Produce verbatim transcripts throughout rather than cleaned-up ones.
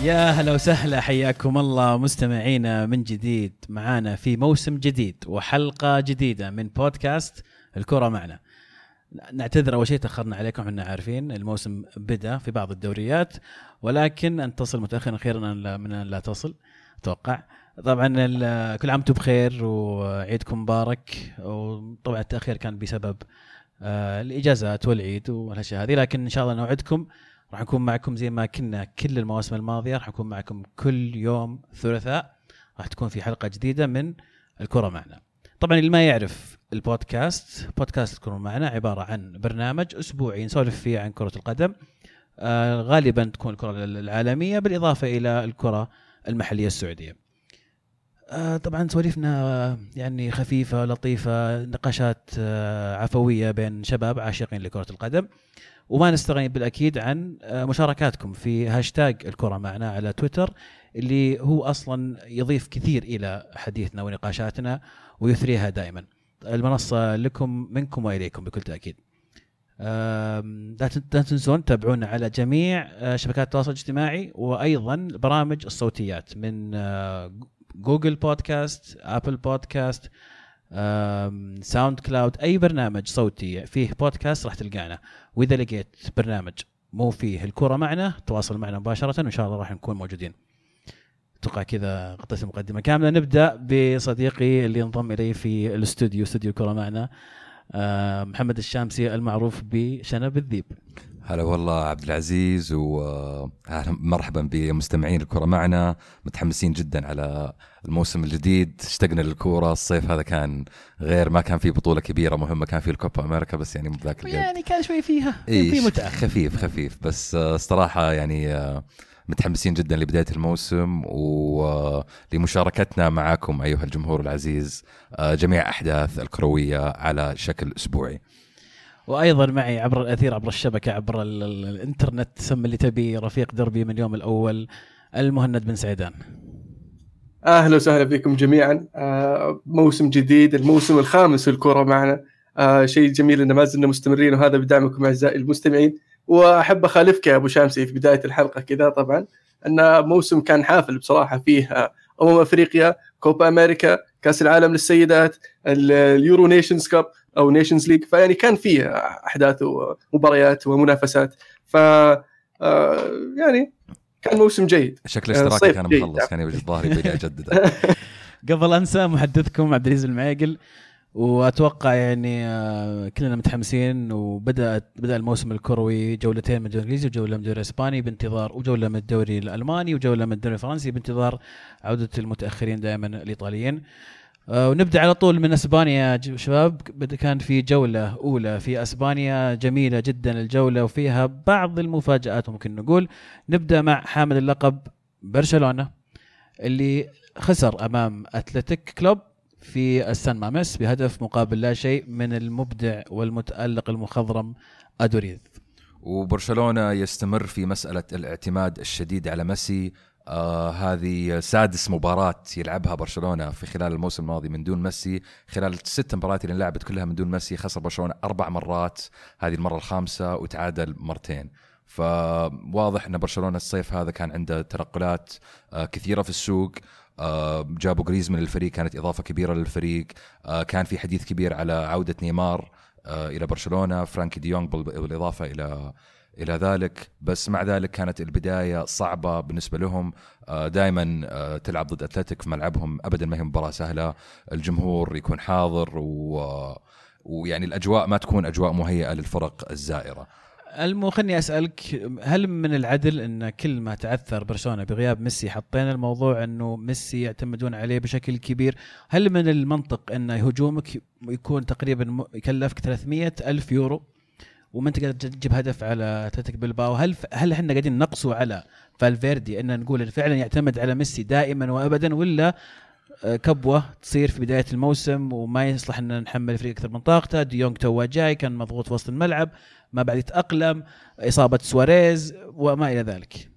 يا هلا وسهلا، حياكم الله مستمعينا من جديد معانا في موسم جديد وحلقة جديدة من بودكاست الكرة معنا. نعتذر أول شيء تأخرنا عليكم، احنا عارفين الموسم بدأ في بعض الدوريات، ولكن أن تصل متأخرا خيرا من أن لا تصل أتوقع. طبعا كل عام وانتم بخير وعيدكم مبارك، وطبعا التأخير كان بسبب الإجازات والعيد والأشياء هذه، لكن إن شاء الله نوعدكم راح نكون معكم زي ما كنا كل المواسم الماضية. راح نكون معكم كل يوم ثلاثاء، راح تكون في حلقة جديدة من الكرة معنا. طبعا اللي ما يعرف البودكاست، بودكاست الكرة معنا عبارة عن برنامج أسبوعي نسولف فيه عن كرة القدم، آه غالبا تكون الكرة العالمية بالإضافة إلى الكرة المحلية السعودية. آه طبعا سوالفنا يعني خفيفة لطيفة، نقاشات آه عفوية بين شباب عاشقين لكرة القدم، وما نستغني بالأكيد عن مشاركاتكم في هاشتاج الكرة معنا على تويتر، اللي هو أصلا يضيف كثير إلى حديثنا ونقاشاتنا ويثريها دائما. المنصة لكم منكم وإليكم بكل تأكيد. لا تنسون تابعونا على جميع شبكات التواصل الاجتماعي، وأيضا برامج الصوتيات من جوجل بودكاست، أبل بودكاست، ساوند كلاود. أي برنامج صوتي فيه بودكاست راح تلقانا. وإذا لقيت برنامج مو فيه الكرة معنا تواصل معنا مباشرة، وإن شاء الله راح نكون موجودين. أتوقع كذا قطعت المقدمة كاملة. نبدأ بصديقي اللي انضم إلي في الاستوديو، استوديو الكرة معنا، محمد الشامسي المعروف بشنب الذيب. هلا والله عبد العزيز، ومرحبا بمستمعين الكرة معنا. متحمسين جدا على الموسم الجديد، اشتقنا للكرة. الصيف هذا كان غير، ما كان فيه بطولة كبيرة مهمة، كان فيه الكوبا أمريكا بس يعني ذاك الجد يعني كان شوي فيها إيه في متعة، خفيف خفيف بس الصراحة يعني متحمسين جدا لبداية الموسم ولمشاركتنا معاكم أيها الجمهور العزيز جميع أحداث الكروية على شكل أسبوعي. وأيضا معي عبر الأثير، عبر الشبكة، عبر الإنترنت، سم اللي تبي، رفيق دربي من اليوم الأول، المهند بن سعيدان. أهلا وسهلا بكم جميعا. موسم جديد، الموسم الخامس في الكرة معنا. شيء جميل إن ما زلنا مستمرين، وهذا بدعمكم أعزائي المستمعين. وأحب أخالفك يا أبو شامسي في بداية الحلقة كذا، طبعا أن موسم كان حافل بصراحة، فيه أمم أفريقيا، كوبا أمريكا، كأس العالم للسيدات، اليورو نيشنز كاب أو نيشنز ليج، فيعني كان فيه أحداث ومباريات ومنافسات. ف يعني كان موسم جيد. شكل اشتراكي كان مخلص، كان يوجد ظهري بدي أجدد. قبل أنسى، محدثكم عبد العزيز المعاقل، وأتوقع يعني كلنا متحمسين. وبدأت بدأ الموسم الكروي، جولتين من الدوري الإنجليزي وجولة من الدوري الإسباني بانتظار، وجولة من الدوري الألماني وجولة من الدوري الفرنسي بانتظار عودة المتأخرين دائما الإيطاليين. ونبدأ على طول من أسبانيا شباب. كان في جولة أولى في أسبانيا جميلة جدا الجولة، وفيها بعض المفاجآت ممكن نقول. نبدأ مع حامل اللقب برشلونة، اللي خسر أمام أتلتيك كلوب في السان ماميس بهدف مقابل لا شيء من المبدع والمتألق المخضرم أدوريز. وبرشلونة يستمر في مسألة الاعتماد الشديد على ميسي. آه هذه سادس مباراة يلعبها برشلونة في خلال الموسم الماضي من دون ميسي. خلال الست مباريات اللي لعبت كلها من دون ميسي خسر برشلونة أربع مرات، هذه المرة الخامسة، وتعادل مرتين. فواضح أن برشلونة الصيف هذا كان عنده تنقلات آه كثيرة في السوق. آه جابوا غريزمان للفريق، كانت إضافة كبيرة للفريق. آه كان في حديث كبير على عودة نيمار آه إلى برشلونة، فرانكي دي يونغ بالإضافة إلى إلى ذلك. بس مع ذلك كانت البداية صعبة بالنسبة لهم. دائما تلعب ضد أتلتيك في ملعبهم، أبدا ما هي مباراة سهلة. الجمهور يكون حاضر و... ويعني الأجواء ما تكون أجواء مهيئة للفرق الزائرة. المو خلني أسألك، هل من العدل أن كل ما تعثر برشلونة بغياب ميسي حطينا الموضوع أنه ميسي يعتمدون عليه بشكل كبير؟ هل من المنطق أن هجومك يكون تقريبا يكلفك ثلاثمية ألف يورو وما انت قادر تجيب هدف على أتلتيك بلباو؟ هل هل احنا قاعدين نقصوا على فالفيردي ان نقول إن فعلا يعتمد على ميسي دائما وابدا، ولا كبوه تصير في بدايه الموسم وما يصلح ان نحمل فريق اكثر من طاقته؟ ديونج تو جاي كان مضغوط في وسط الملعب، ما بعد يتاقلم، اصابه سواريز وما الى ذلك.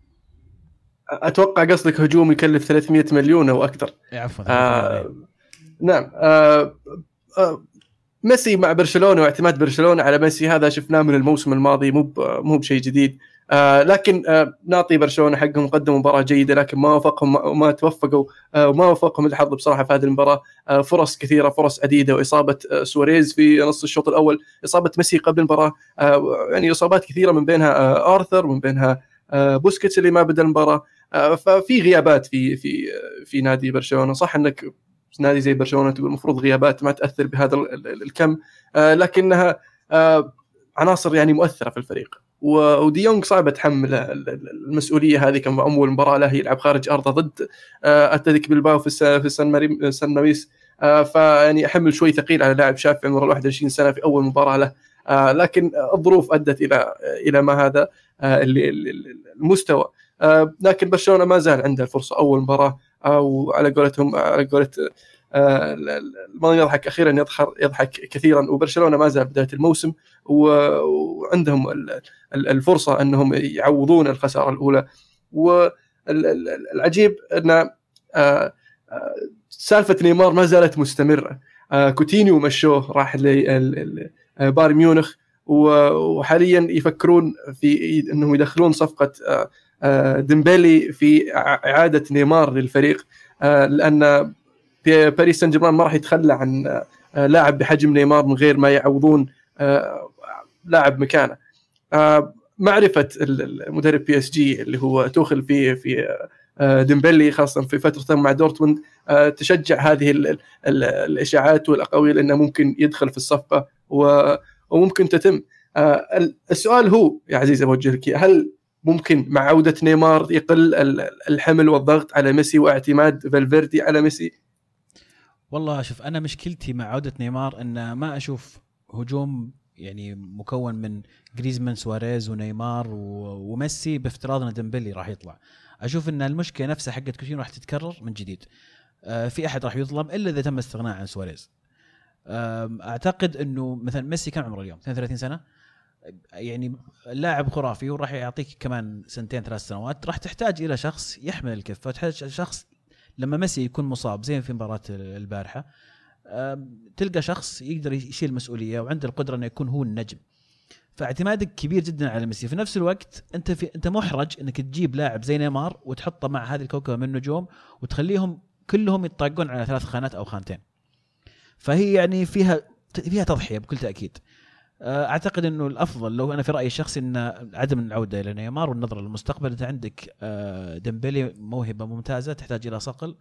اتوقع قصدك هجوم يكلف ثلاثمية مليون او اكثر. عفوا. آه نعم. آه آه ميسي مع برشلونة واعتماد برشلونة على ميسي هذا شفناه من الموسم الماضي، مو مو بشيء جديد. آه لكن آه نعطي برشلونة حقهم، قدموا مباراة جيدة لكن ما وفقهم وما توفقوا آه وما وفقهم الحظ بصراحة في هذه المباراة. آه فرص كثيرة، فرص عديدة، وإصابة آه سواريز في نص الشوط الأول، إصابة ميسي قبل المباراة، آه يعني إصابات كثيرة من بينها آه آرثر، من بينها آه بوسكيتس اللي ما بدأ المباراة. آه ففي غيابات في في في نادي برشلونة. صح أنك نادي زي برشلونة تقول المفروض غيابات ما تأثر بهذا الكم، آه لكنها آه عناصر يعني مؤثرة في الفريق. وديونغ صعب تحمل المسؤولية هذه كأول مباراة له يلعب خارج أرضه ضد أتلتيك بلباو في في سان ماريس، فيعني أحمل شوي ثقيل على لاعب شاب في عمره واحد وعشرين سنة في أول مباراة له. لكن الظروف أدت إلى إلى ما هذا المستوى. لكن برشلونة ما زال عنده الفرصة أول مباراة، أو على قولتهم على قولة الماضي يضحك أخيرا يضحك يضحك كثيرا. وبرشلونة ما زال بداية الموسم وعندهم الفرصة أنهم يعوضون الخسارة الأولى. والعجيب أن سالفة نيمار ما زالت مستمرة. كوتينيو مشوه راح لبايرن ميونخ، وحاليا يفكرون في أنهم يدخلون صفقة ديمبلي في إعادة نيمار للفريق، لأن باريس سان جيرمان ما راح يتخلى عن لاعب بحجم نيمار من غير ما يعوضون لاعب مكانه. معرفة المدرب بي اس جي اللي هو توخل في في ديمبلي خاصة في فترته مع دورتموند تشجع هذه الإشاعات والأقاويل أنه ممكن يدخل في الصفقة وممكن تتم. السؤال هو يا عزيز أوجه لك، هل ممكن مع عودة نيمار يقل الحمل والضغط على ميسي واعتماد فالفيردي على ميسي؟ والله شوف، أنا مشكلتي مع عودة نيمار أن ما أشوف هجوم يعني مكون من جريزمان سواريز ونيمار وميسي بافتراض أن ديمبلي راح يطلع. أشوف أن المشكلة نفسها حقت كوتينيو راح تتكرر من جديد. في أحد راح يطلب إلا إذا تم استغناء عن سواريز. أعتقد أنه مثلا ميسي كم عمره اليوم؟ اثنين وثلاثين سنة، يعني اللاعب خرافي وراح يعطيك كمان سنتين ثلاث سنوات. راح تحتاج إلى شخص يحمل الكفة، تحتاج شخص لما ميسي يكون مصاب زي في مباراة البارحة تلقى شخص يقدر يشيل المسؤولية وعنده القدرة أنه يكون هو النجم. فاعتمادك كبير جدا على ميسي. في نفس الوقت أنت في أنت محرج أنك تجيب لاعب زي نيمار وتحطه مع هذه الكوكبة من النجوم وتخليهم كلهم يطاقون على ثلاث خانات أو خانتين. فهي يعني فيها فيها تضحية بكل تأكيد. أعتقد أنه الأفضل لو أنا في رأيي الشخصي أن عدم العودة إلى نيمار والنظرة للمستقبل. أنت عندك ديمبلي موهبة ممتازة تحتاج إلى صقل،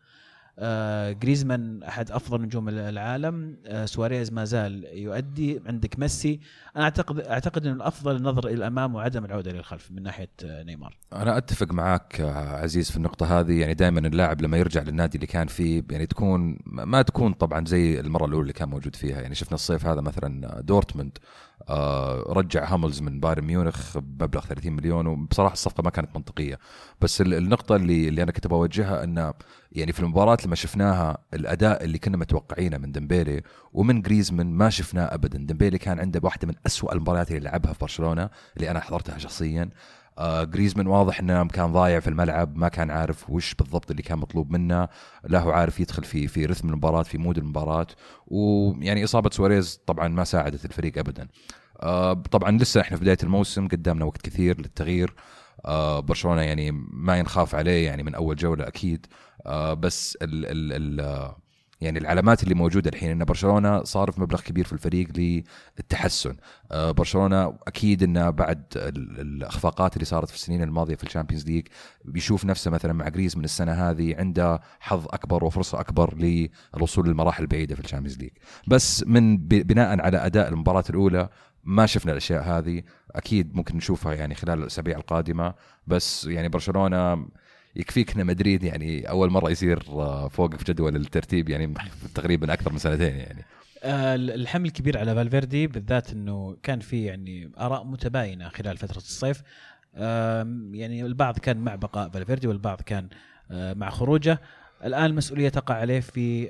غريزمان أحد أفضل نجوم العالم، سواريز ما زال يؤدي، عندك ميسي. أنا أعتقد أعتقد أن الأفضل النظر إلى الأمام وعدم العودة للخلف من ناحية نيمار. أنا أتفق معك عزيز في النقطة هذه. يعني دائما اللاعب لما يرجع للنادي اللي كان فيه يعني تكون ما تكون طبعا زي المرة الأولى اللي كان موجود فيها. يعني شفنا الصيف هذا مثلا دورتموند آه رجع هاملز من بايرن ميونخ بمبلغ ثلاثين مليون، وبصراحة الصفقة ما كانت منطقية. بس النقطة اللي اللي أنا كنت بوجهها أن يعني في المباراة لما شفناها الأداء اللي كنا متوقعينه من ديمبيلي ومن غريزمان ما شفناه أبدا. ديمبيلي كان عنده واحدة من أسوأ المباريات اللي لعبها في برشلونة اللي أنا حضرتها شخصيا. آه غريزمان واضح انه كان ضايع في الملعب، ما كان عارف وش بالضبط اللي كان مطلوب منه، لا هو عارف يدخل في في رتم المباراة في مود المباراة. ويعني إصابة سواريز طبعا ما ساعدت الفريق أبدا. آه طبعا لسه احنا في بداية الموسم، قدامنا وقت كثير للتغيير. آه برشلونة يعني ما ينخاف عليه يعني من أول جولة أكيد. آه بس ال ال ال يعني العلامات اللي موجودة الحين إن برشلونة صارف مبلغ كبير في الفريق للتحسن. آه برشلونة أكيد إنه بعد الأخفاقات اللي صارت في السنين الماضية في الشامبيونز ليج بيشوف نفسه مثلا مع غريز من السنة هذه عنده حظ أكبر وفرصة أكبر للوصول للمراحل البعيدة في الشامبيونز ليج. بس من بناء على أداء المباراة الأولى ما شفنا الأشياء هذه. أكيد ممكن نشوفها يعني خلال الأسابيع القادمة. بس يعني برشلونة يكفيك ان مدريد يعني اول مره يصير فوق في جدول الترتيب يعني تقريبا اكثر من سنتين. يعني الحمل كبير على فالفيردي بالذات، انه كان في يعني اراء متباينه خلال فتره الصيف. يعني البعض كان مع بقاء فالفيردي والبعض كان مع خروجه. الان المسؤوليه تقع عليه في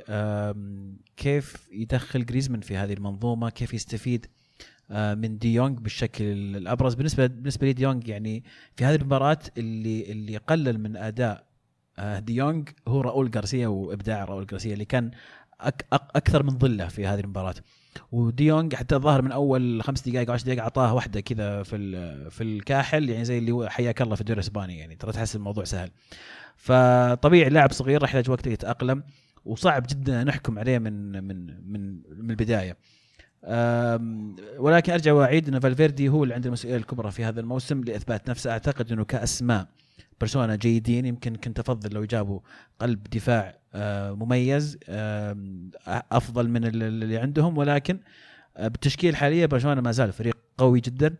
كيف يدخل غريزمان في هذه المنظومه، كيف يستفيد من ديونغ بالشكل الأبرز. بالنسبة بالنسبة لي ديونغ يعني في هذه المباراة اللي اللي قلل من أداء ديونغ هو راؤول غارسيا وإبداع راؤول غارسيا اللي كان أك اكثر من ظله في هذه المباراه. وديونج حتى الظاهر من اول خمس دقائق او عشر دقائق اعطاه واحده كذا في في الكاحل، يعني زي اللي حياك الله في الدوري الاسباني، يعني ترى تحس الموضوع سهل. فطبيعي لاعب صغير راح يحتاج وقت يتاقلم، وصعب جدا نحكم عليه من من من من البدايه. ولكن ارجع واعيد ان فالفيردي هو اللي عنده المسؤوليه الكبرى في هذا الموسم لاثبات نفسه. اعتقد انه كاسماء برشلونة جيدين، يمكن كنت افضل لو جابوا قلب دفاع مميز افضل من اللي عندهم، ولكن بالتشكيل الحاليه برشلونة ما زال فريق قوي جدا.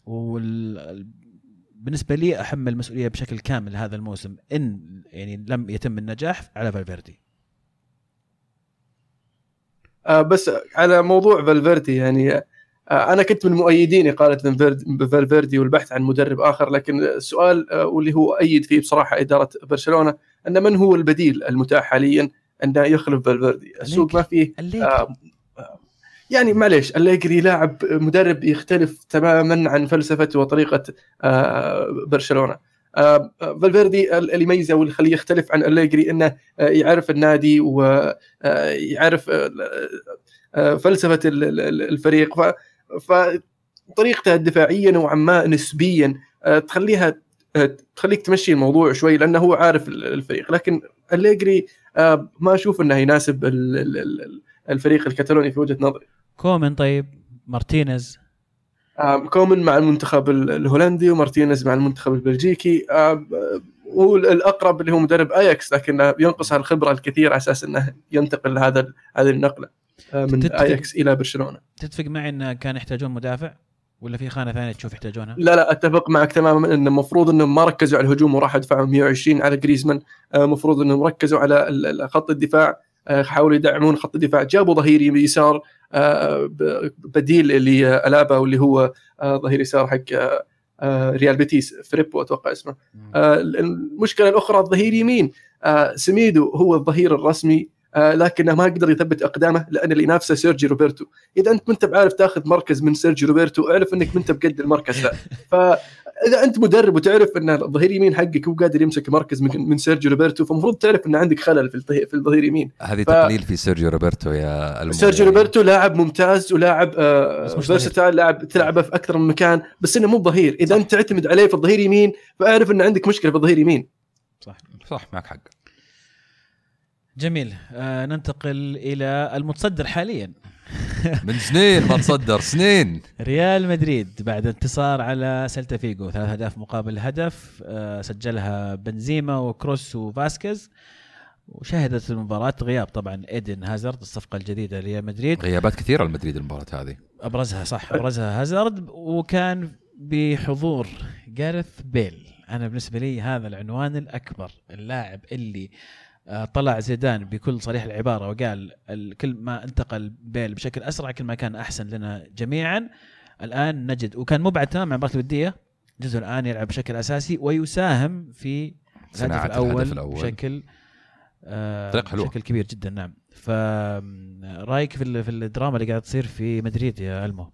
وبالنسبه لي احمل المسؤوليه بشكل كامل هذا الموسم ان يعني لم يتم النجاح على فالفيردي. بس على موضوع فالفيردي، يعني أنا كنت من مؤيدين إقالة فالفيردي والبحث عن مدرب آخر، لكن السؤال واللي هو أيد فيه بصراحة إدارة برشلونة أن من هو البديل المتاح حاليا أن يخلف فالفيردي؟ السوق ما فيه آه يعني معليش، أليجري لاعب مدرب يختلف تماما عن فلسفة وطريقة آه برشلونة. آه فالفيردي اللي يميزه واللي يخليه يختلف عن أليجري أنه آه يعرف النادي ويعرف آه آه فلسفة الفريق، ف فطريقته الدفاعية نوعا ما نسبيا تخليها تخليك تمشي الموضوع شوي لأنه هو عارف الفريق. لكن أليجري ما أشوف أنه يناسب الفريق الكتالوني في وجهة نظري. كومن طيب مارتينيز كومن مع المنتخب الهولندي ومارتينيز مع المنتخب البلجيكي، والأقرب اللي هو مدرب أياكس، لكن ينقص الخبرة الكثير على أساس أنه ينتقل هذا هذه النقلة من أياكس إلى برشلونة. تتفق معي أن كان يحتاجون مدافع ولا في خانة ثانية تشوف يحتاجونها؟ لا لا أتفق معك تماما أن المفروض أنهم ما ركزوا على الهجوم وراح يدفعوا مئة وعشرين على جريزمان. مفروض أنهم ركزوا على خط الدفاع، حاولوا يدعمون خط الدفاع، جابوا ظهير يسار بديل اللي ألابا واللي هو ظهير يسار حق ريال بيتيس فريبو أتوقع اسمه. المشكلة الأخرى الظهير يمين سميدو هو الظهير الرسمي، لكنه ما يقدر يثبت أقدامه لأن اللي ينافسه سيرجي روبرتو. إذا أنت ما أنت بعرف تأخذ مركز من سيرجي روبرتو اعرف أنك ما أنت بقد المركز ده. فإذا أنت مدرب وتعرف أن الظهير يمين حقك هو قادر يمسك مركز من, من سيرجي روبرتو، فمفروض تعرف أن عندك خلل في الظهير في الظهير يمين. هذه ف... تقليل في سيرجي روبرتو يا المو... سيرجي روبرتو لاعب ممتاز ولاعب آه فيرساتايل، لاعب تلعبه في أكثر من مكان، بس إنه مو ظهير. إذا صح. أنت تعتمد عليه في الظهير يمين فأعرف أن عندك مشكلة في الظهير يمين. صح صح معك حق. جميل. آه ننتقل إلى المتصدر حاليا من سنين ما تصدر سنين ريال مدريد بعد انتصار على سيلتا فيغو ثلاث أهداف مقابل هدف، آه سجلها بنزيما وكروس وفاسكيز. وشهدت المباراة غياب طبعا إيدن هازارد الصفقة الجديدة لريال مدريد. غيابات كثيرة المدريد المباراة هذه، أبرزها صح أبرزها هازارد، وكان بحضور جاريث بيل. أنا بالنسبة لي هذا العنوان الأكبر، اللاعب اللي طلع زيدان بكل صريح العبارة وقال كل ما انتقل بيل بشكل أسرع كل ما كان أحسن لنا جميعا. الآن نجد وكان مبعد تماما عن المباراة الودية، جزء الآن يلعب بشكل أساسي ويساهم في الهدف الأول, الأول بشكل آه بشكل كبير جدا. نعم. فرأيك في في الدراما اللي قاعد تصير في مدريد يا ألمو؟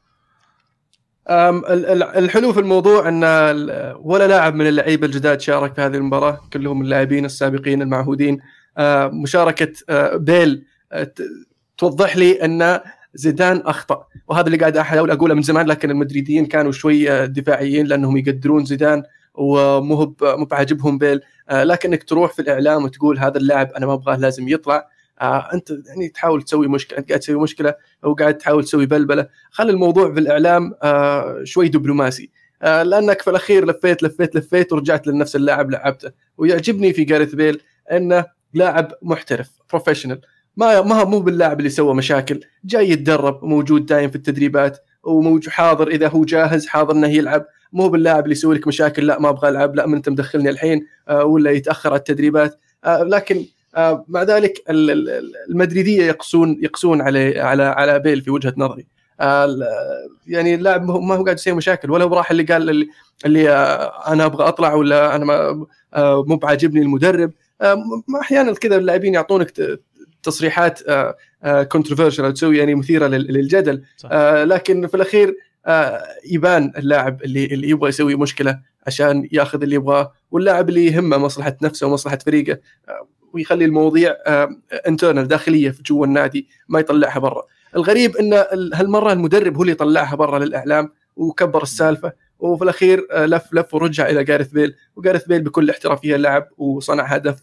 الحلو في الموضوع أن ولا لاعب من اللعيبة الجداد شارك في هذه المباراة، كلهم اللاعبين السابقين المعهودين. مشاركة بيل توضح لي أن زيدان أخطأ، وهذا اللي قاعد أحاول أقوله من زمان، لكن المدريديين كانوا شوي دفاعيين لأنهم يقدرون زيدان ومو بعجبهم بيل. لكنك تروح في الإعلام وتقول هذا اللاعب أنا ما أبغاه لازم يطلع، آه أنت يعني تحاول تسوي مشكلة، أنت قاعد تسوي مشكلة أو قاعد تحاول تسوي بلبلة. خلي الموضوع في الإعلام آه شوي دبلوماسي، آه لأنك في الأخير لفيت لفيت لفيت ورجعت لنفس اللاعب لعبته. ويعجبني في جاريث بيل أنه لاعب محترف بروفيشنال، ما ما مو باللاعب اللي سوى مشاكل، جاي يتدرب موجود دايم في التدريبات وموجود حاضر إذا هو جاهز حاضر إنه يلعب، مو باللاعب اللي يسوي لك مشاكل لا ما أبغى ألعب لا من أنت مدخلني الحين آه ولا يتأخر على التدريبات. آه لكن آه مع ذلك المدريدية يقصون يقصون على على على بيل في وجهة نظري. آه يعني اللاعب ما هو قاعد يسوي مشاكل، ولا هو راح اللي قال اللي, اللي آه أنا أبغى أطلع ولا أنا ما آه مو بعجبني المدرب. آه أحيانا كذا اللاعبين يعطونك تصريحات آه آه كونتروفيرشال تسوي يعني مثيرة للجدل، آه لكن في الأخير آه يبان اللاعب اللي اللي يبغى يسوي مشكلة عشان ياخذ اللي يبغاه، واللاعب اللي يهمه مصلحة نفسه ومصلحة فريقه. ويخلي المواضيع انترنال داخليه في جوا النادي ما يطلعها برا. الغريب ان هالمره المدرب هو اللي طلعها برا للاعلام وكبر السالفه، وفي الاخير لف لف ورجع الى جاريث بيل، وجاريث بيل بكل احترافيه لعب وصنع هدف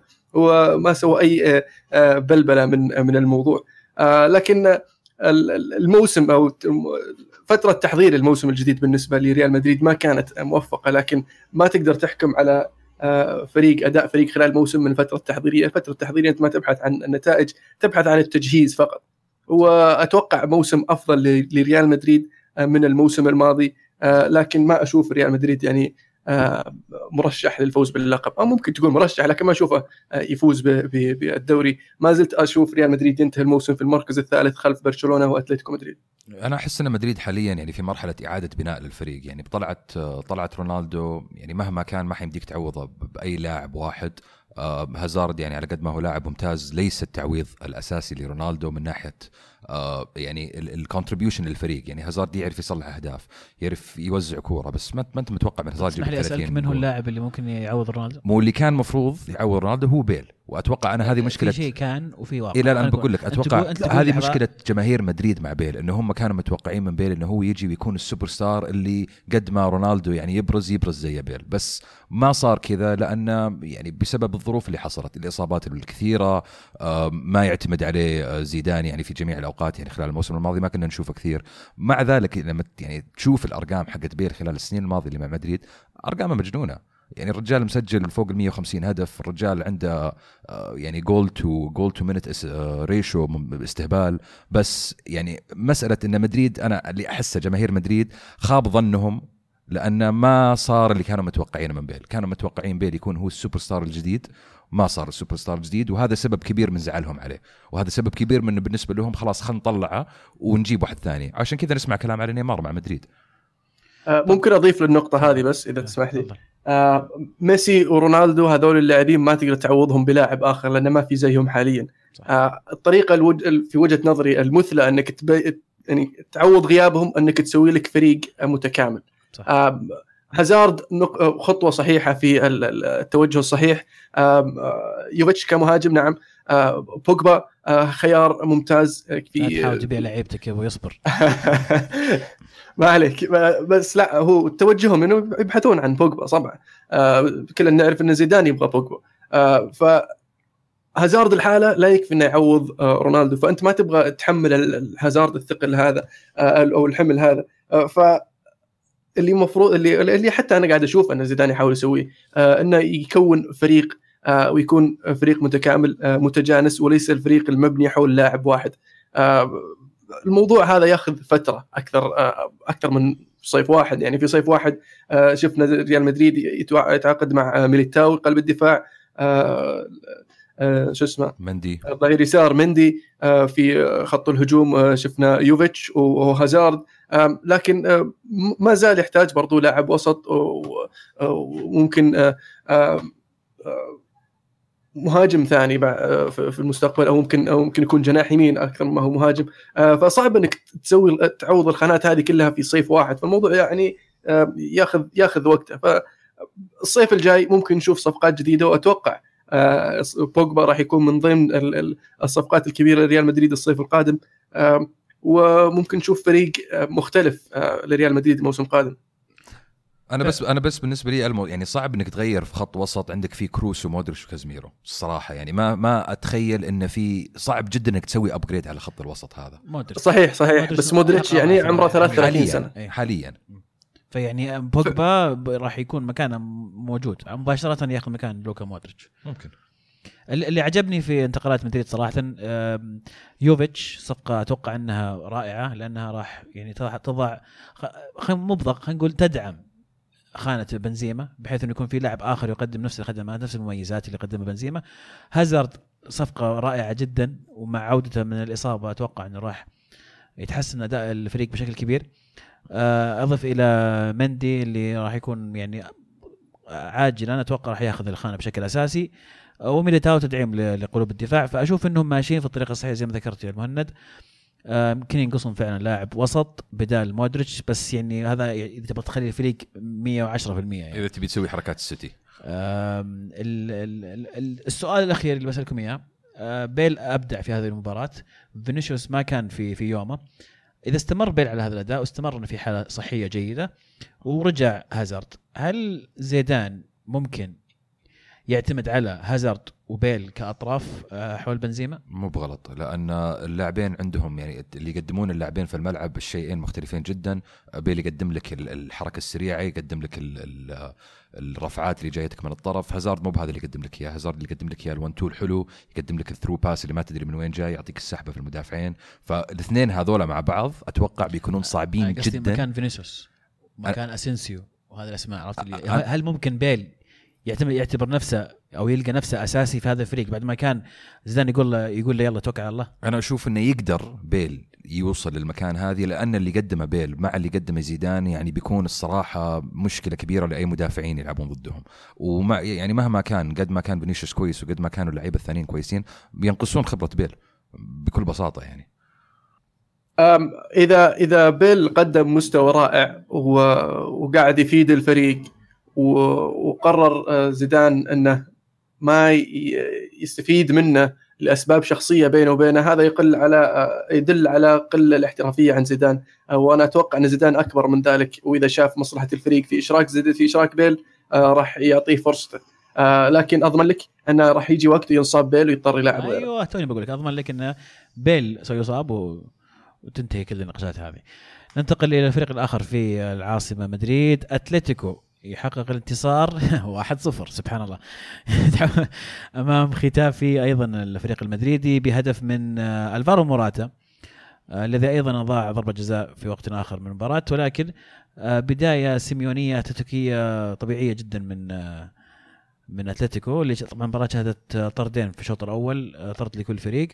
وما سوى اي بلبله من من الموضوع. لكن الموسم او فتره تحضير الموسم الجديد بالنسبه لريال مدريد ما كانت موفقه، لكن ما تقدر تحكم على فريق اداء فريق خلال الموسم من فتره تحضيريه. الفتره التحضيريه انت ما تبحث عن النتائج، تبحث عن التجهيز فقط. واتوقع موسم افضل لريال مدريد من الموسم الماضي، لكن ما اشوف ريال مدريد يعني مرشح للفوز باللقب، او ممكن تقول مرشح لكن ما اشوفه يفوز بالدوري. ما زلت اشوف ريال مدريد ينتهي الموسم في المركز الثالث خلف برشلونه واتلتيكو مدريد. انا احس ان مدريد حاليا يعني في مرحله اعاده بناء للفريق، يعني طلعت طلعت رونالدو، يعني مهما كان ما حيمديك تعوضه باي لاعب واحد. آه هازارد يعني على قد ما هو لاعب ممتاز ليس التعويض الاساسي لرونالدو من ناحيه آه يعني الكونتريبيوشن للفريق. يعني هازارد يعرف يصلح اهداف، يعرف يوزع كوره، بس ما انت متوقع من هازارد يجيب ثلاثين. من هو اللاعب اللي ممكن يعوض رونالدو؟ مو اللي كان مفروض يعوض رونالدو هو بيل. واتوقع انا هذه مشكله، في شيء كان وفي واقع. الى الان بقول لك اتوقع هذه مشكله جماهير مدريد مع بيل، انه هم كانوا متوقعين من بيل انه هو يجي ويكون السوبر ستار اللي قد ما رونالدو يعني يبرز يبرز زي بيل، بس ما صار كذا لان يعني بسبب الظروف اللي حصلت، الاصابات الكثيره، ما يعتمد عليه زيدان يعني في جميع الاوقات. يعني خلال الموسم الماضي ما كنا نشوفه كثير. مع ذلك لما يعني تشوف الارقام حقت بيل خلال السنين الماضيه اللي مع مدريد، ارقامه مجنونه. يعني الرجال مسجل فوق ال مية وخمسين هدف، الرجال عنده يعني جول تو جول تو مينت ريشو استهبال. بس يعني مسألة إن مدريد، أنا اللي أحسه جماهير مدريد خاب ظنهم لأن ما صار اللي كانوا متوقعينه من بيل. كانوا متوقعين بيل يكون هو السوبر ستار الجديد، ما صار السوبر ستار الجديد، وهذا سبب كبير من زعلهم عليه، وهذا سبب كبير من بالنسبة لهم خلاص خلينا نطلعه ونجيب واحد ثاني. عشان كذا نسمع كلام على نيمار مع مدريد. ممكن أضيف للنقطة هذه بس إذا تسمح لي. آه ميسي ورونالدو هذول اللاعبين ما تقدر تعوضهم بلاعب آخر لأن ما في زيهم حاليا. آه الطريقة الوج... في وجهة نظري المثلى أنك تب... يعني تعوض غيابهم أنك تسوي لك فريق متكامل. آه هازارد نق... خطوة صحيحة في التوجه الصحيح. آه يوفيتش كمهاجم نعم. آه بوجبا آه خيار ممتاز. في تحاول تبيع لعيبتك يبغى يصبر. ما عليك، بس لا هو توجههم انه يبحثون عن بوجبا طبعا. آه كلنا نعرف ان زيدان يبغى بوجبا. آه فهازارد الحاله لا يكفي انه يعوض آه رونالدو، فانت ما تبغى تحمل الهازارد الثقل هذا آه او الحمل هذا. آه ف اللي مفروض اللي اللي حتى انا قاعد اشوف ان زيدان يحاول يسويه آه انه يكون فريق آه ويكون فريق متكامل آه متجانس، وليس الفريق المبني حول لاعب واحد. آه الموضوع هذا ياخذ فتره اكثر اكثر من صيف واحد. يعني في صيف واحد شفنا ريال مدريد يتعاقد مع ميليتاو قلب الدفاع، شو اسمه مندي ظهير يسار مندي، في خط الهجوم شفنا يوفيتش وهازارد، لكن ما زال يحتاج برضو لاعب وسط وممكن مهاجم ثاني في المستقبل، او ممكن او ممكن يكون جناح يمين اكثر ما هو مهاجم. فصعب انك تسوي تعوض الخانات هذه كلها في صيف واحد، فالموضوع يعني ياخذ ياخذ وقته. فالصيف الجاي ممكن نشوف صفقات جديده، واتوقع بوجبا راح يكون من ضمن الصفقات الكبيره لريال مدريد الصيف القادم، وممكن نشوف فريق مختلف لريال مدريد الموسم القادم. انا بس انا بس بالنسبه لي المو يعني صعب انك تغير في خط وسط عندك فيه كروس ومودريتش وكازميرو الصراحه. يعني ما ما اتخيل ان في صعب جدا انك تسوي ابجريد على خط الوسط هذا. مودريتش. صحيح صحيح مودريتش بس مودريتش يعني عمره ثلاثة وثلاثين سنه حاليا، فيعني بوجبا راح يكون مكانه موجود مباشره، ياخذ مكان لوكا مودريتش ممكن. اللي عجبني في انتقالات مدريد صراحه يوفيتش، صفقه اتوقع انها رائعه لانها راح يعني تضع مبضغ خلينا نقول تدعم خانة بنزيما، بحيث انه يكون في لاعب اخر يقدم نفس الخدمات نفس المميزات اللي قدمها بنزيما. هازارد صفقة رائعة جدا، ومع عودته من الإصابة اتوقع انه راح يتحسن اداء الفريق بشكل كبير. اضف الى مندي اللي راح يكون يعني عاجلا انا اتوقع راح ياخذ الخانة بشكل اساسي، وميليتاو تدعيم لقلوب الدفاع. فاشوف انهم ماشيين في الطريق الصحيح زي ما ذكرت يا المهند. يمكن ينقصهم فعلا لاعب وسط بدال مودريتش، بس يعني هذا اذا تبغى تخلي الفريق مية وعشرة بالمية يعني. اذا تبي تسوي حركات السيتي السؤال الأخير اللي بسألكم إياه، بيل أبدع في هذه المباراة، فينيسيوس ما كان في في يومه. إذا استمر بيل على هذا الأداء واستمر إنه في حالة صحية جيدة ورجع هازارد، هل زيدان ممكن يعتمد على هازارد وبيل كأطراف حول بنزيما؟ مو بغلط، لأن اللاعبين عندهم يعني اللي يقدمون اللاعبين في الملعب الشيئين مختلفين جدا. بيل يقدم لك الحركة السريعة، يقدم لك الرفعات اللي جايتك من الطرف. هازارد مو بهذا اللي يقدم لك اياه. هازارد اللي يقدم لك اياه الون تو الحلو، يقدم لك الثرو باس اللي ما تدري من وين جاي، يعطيك السحبة في المدافعين. فالاثنين هذولا مع بعض أتوقع بيكونون صعبين جدا. مكان فينيسيوس مكان أسينسيو وهذا الأسماء، عرفت اللي هل ممكن بيل يعتمد يعتبر نفسه أو يلقى نفسه أساسي في هذا الفريق بعد ما كان زيدان يقول له يقول له يلا توكل على الله؟ أنا أشوف إنه يقدر بيل يوصل للمكان هذه، لأن اللي قدمه بيل مع اللي قدمه زيدان يعني بيكون الصراحة مشكلة كبيرة لأي مدافعين يلعبون ضدهم. وما يعني مهما كان قد ما كان فينيسيوس كويس وقد ما كانوا اللعيبة الثانيين كويسين بينقصون خبرة بيل بكل بساطة يعني. أم إذا إذا بيل قدم مستوى رائع وقاعد يفيد الفريق وقرر زيدان أنه ما يستفيد منه لأسباب شخصية بينه وبينه، هذا يقل على يدل على قلة الاحترافية عن زيدان. وأنا أتوقع أن زيدان أكبر من ذلك، وإذا شاف مصلحة الفريق في إشراك زيدان في إشراك بيل راح يعطيه فرصته. لكن أضمن لك أنه راح يجي وقت ينصاب بيل ويضطر يلعب غيره. أيوة توني بقول لك أضمن لك أن بيل سيصاب و... وتنتهي كل النقاشات هذه. ننتقل إلى الفريق الآخر في العاصمة مدريد، أتلتيكو يحقق الانتصار واحد صفر سبحان الله أمام ختافي أيضا الفريق المدريدي بهدف من ألفارو موراتا الذي أيضا أضاع ضربة جزاء في وقت آخر من المباراة. ولكن بداية سيميونية تكتيكية طبيعية جدا من من أتلتيكو، اللي طبعا المباراة شهدت طردين في الشوط الأول، طرد لكل فريق.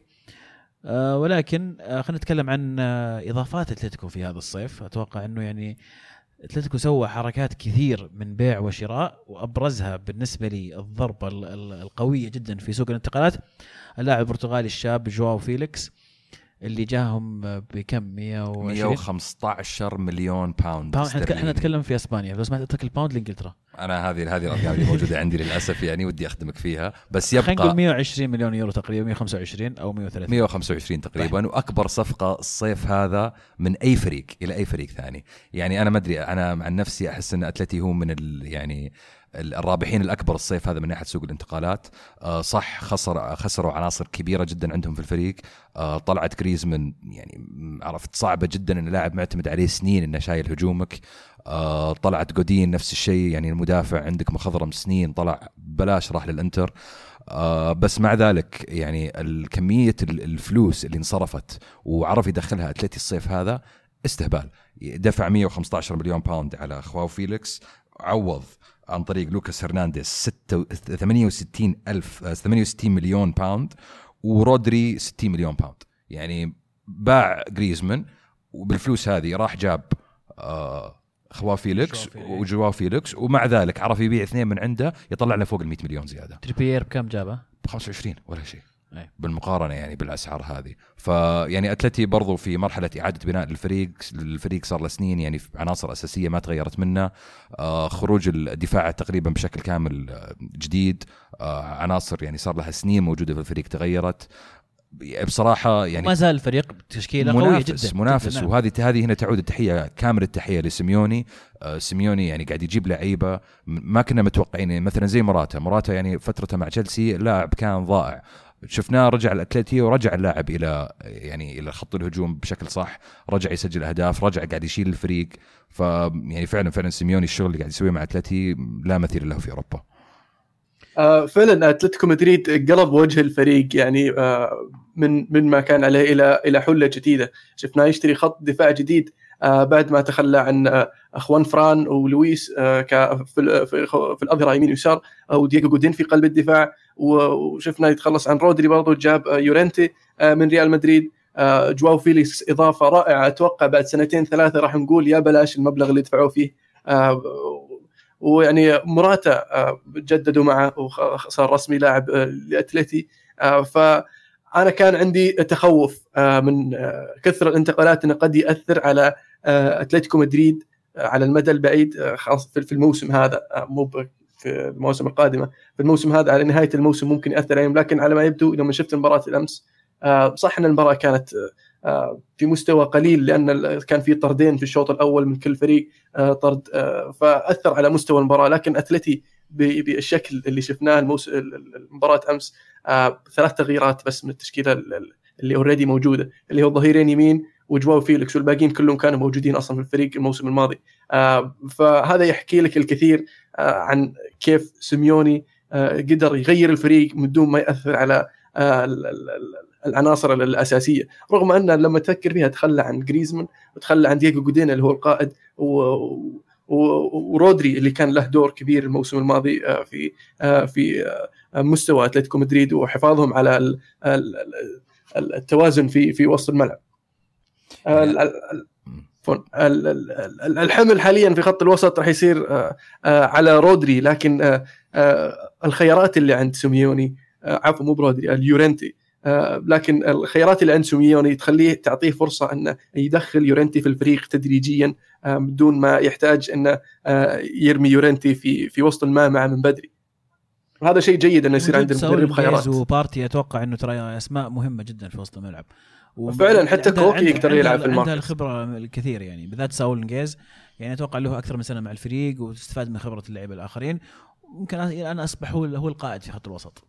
ولكن خلينا نتكلم عن إضافات أتلتيكو في هذا الصيف. أتوقع أنه يعني أتلتيكو سوى حركات كثير من بيع وشراء، وأبرزها بالنسبة لي الضربة القوية جدا في سوق الانتقالات، اللاعب البرتغالي الشاب جواو فيليكس اللي جاهم بكم مية وخمسة عشر مليون باوند. احنا نتكلم في اسبانيا، لو سمعت اترك الباوند لانجلترا. انا هذه هذه الارقام اللي موجوده عندي للاسف يعني ودي اخدمك فيها، بس يبقى خلينا نقول مية وعشرين مليون يورو تقريبا، مية وخمسة وعشرين او مية وثلاثين مية وخمسة وعشرين تقريبا. واكبر صفقه الصيف هذا من اي فريق الى اي فريق ثاني. يعني انا ما ادري، انا عن نفسي احس ان اتلتي هو من يعني الرابحين الأكبر الصيف هذا من ناحية سوق الانتقالات. آه صح خسر خسروا عناصر كبيرة جدا عندهم في الفريق. آه طلعت جريزمان يعني عرفت صعبة جدا إن لاعب معتمد عليه سنين إنه شايل هجومك. آه طلعت جودين نفس الشيء، يعني المدافع عندك مخضرم سنين طلع بلاش راح للإنتر. آه بس مع ذلك يعني الكمية الفلوس اللي انصرفت وعرف يدخلها أتلتي الصيف هذا استهبال. دفع مية وخمسة عشر مليون باوند على خواو فيليكس، عوض عن طريق لوكاس هرنانديز ثمانية وستين ألف ثمانية وستين مليون باوند، ورودري ستين مليون باوند. يعني باع جريزمان وبالفلوس هذه راح جاب آه خواو فيليكس وجواو فيليكس، ومع ذلك عرف يبيع اثنين من عنده يطلع له فوق المئة مليون زيادة. تريبيير بكم جابه؟ بخمسة وعشرين ولا شيء بالمقارنة يعني بالأسعار هذه. فيعني أتلتي برضو في مرحلة إعادة بناء للفريق. الفريق صار له سنين يعني عناصر أساسية ما تغيرت منه. آه خروج الدفاع تقريبا بشكل كامل جديد. آه عناصر يعني صار لها سنين موجودة في الفريق تغيرت بصراحة. يعني ما زال الفريق تشكيلة قوية جدا منافس جداً. وهذه هذه هنا تعود التحية كامل التحية لسيميوني. آه سيميوني يعني قاعد يجيب لعيبة ما كنا متوقعين، مثلا زي موراتا. موراتا يعني فترته مع تشيلسي لاعب كان ضائع، شفناه رجع الأتلتي ورجع اللاعب إلى يعني إلى خط الهجوم بشكل صح، رجع يسجل أهداف، رجع قاعد يشيل الفريق. فيعني فعلا فعلا سيميوني الشغل اللي قاعد يسويه مع أتلتي لا مثيل له في أوروبا. آه فعلا أتلتيكو مدريد قلب وجه الفريق يعني آه من من ما كان عليه إلى إلى حلة جديدة. شفناه يشتري خط دفاع جديد آه بعد ما تخلى عن آه أخوان فران ولويس آه في في, في الأظهرة يمين ويسار أو دييغو جودين في قلب الدفاع. وشفنا يتخلص عن رودري برضو، جاب آه يورنتي آه من ريال مدريد. آه جواو فيليكس إضافة رائعة، أتوقع بعد سنتين ثلاثة راح نقول يا بلاش المبلغ اللي دفعوه فيه. آه ويعني موراتا جددوا معه وصار رسمي لاعب لأتلتي. فأنا كان عندي تخوف من كثرة الانتقالات أنه قد يأثر على أتلتيكو مدريد على المدى البعيد، خاصة في الموسم هذا. مو في المواسم القادمة. في الموسم هذا على نهاية الموسم ممكن يأثر عليهم، لكن على ما يبدو لما شفت المباراة الأمس صح أن المباراة كانت في مستوى قليل، لأن كان في طردين في الشوط الأول من كل فريق طرد، فأثر على مستوى المباراة. لكن أتلتي بالشكل اللي شفناه الموسم المباراة أمس ثلاث تغييرات بس من التشكيلة اللي أوريدي موجودة، اللي هو ظهيرين يمين وجواو فيليكس، والباقيين كلهم كانوا موجودين أصلا في الفريق الموسم الماضي. فهذا يحكي لك الكثير عن كيف سيميوني قدر يغير الفريق من دون ما يأثر على العناصر الأساسية، رغم أن لما تفكر فيها تخلى عن جريزمان وتخلى عن دييغو جودينا اللي هو القائد، ورودري اللي كان له دور كبير الموسم الماضي في في مستوى أتلتيكو مدريد وحفاظهم على التوازن في في وسط الملعب. الحمل حاليا في خط الوسط راح يصير على رودري، لكن الخيارات اللي عند سيميوني، عفوا مو برودري، اليورنتي، لكن الخيارات اللي عند سيميوني تخليه تعطيه فرصة أن يدخل يورنتي في الفريق تدريجيا بدون ما يحتاج أن يرمي يورنتي في في وسط الملعب من بدري. هذا شيء جيد أن يصير عند المدرب خيارات. وبارتي أتوقع أنه ترى اسماء مهمة جدا في وسط الملعب، وفعلا حتى كوكي يقدر يلعب في المركز. عنده الخبرة الكثير يعني، بالذات ساول نجيز، يعني أتوقع له أكثر من سنة مع الفريق واستفاد من خبرة اللاعبين الآخرين. ممكن أنا أصبح هو هو القائد في خط الوسط.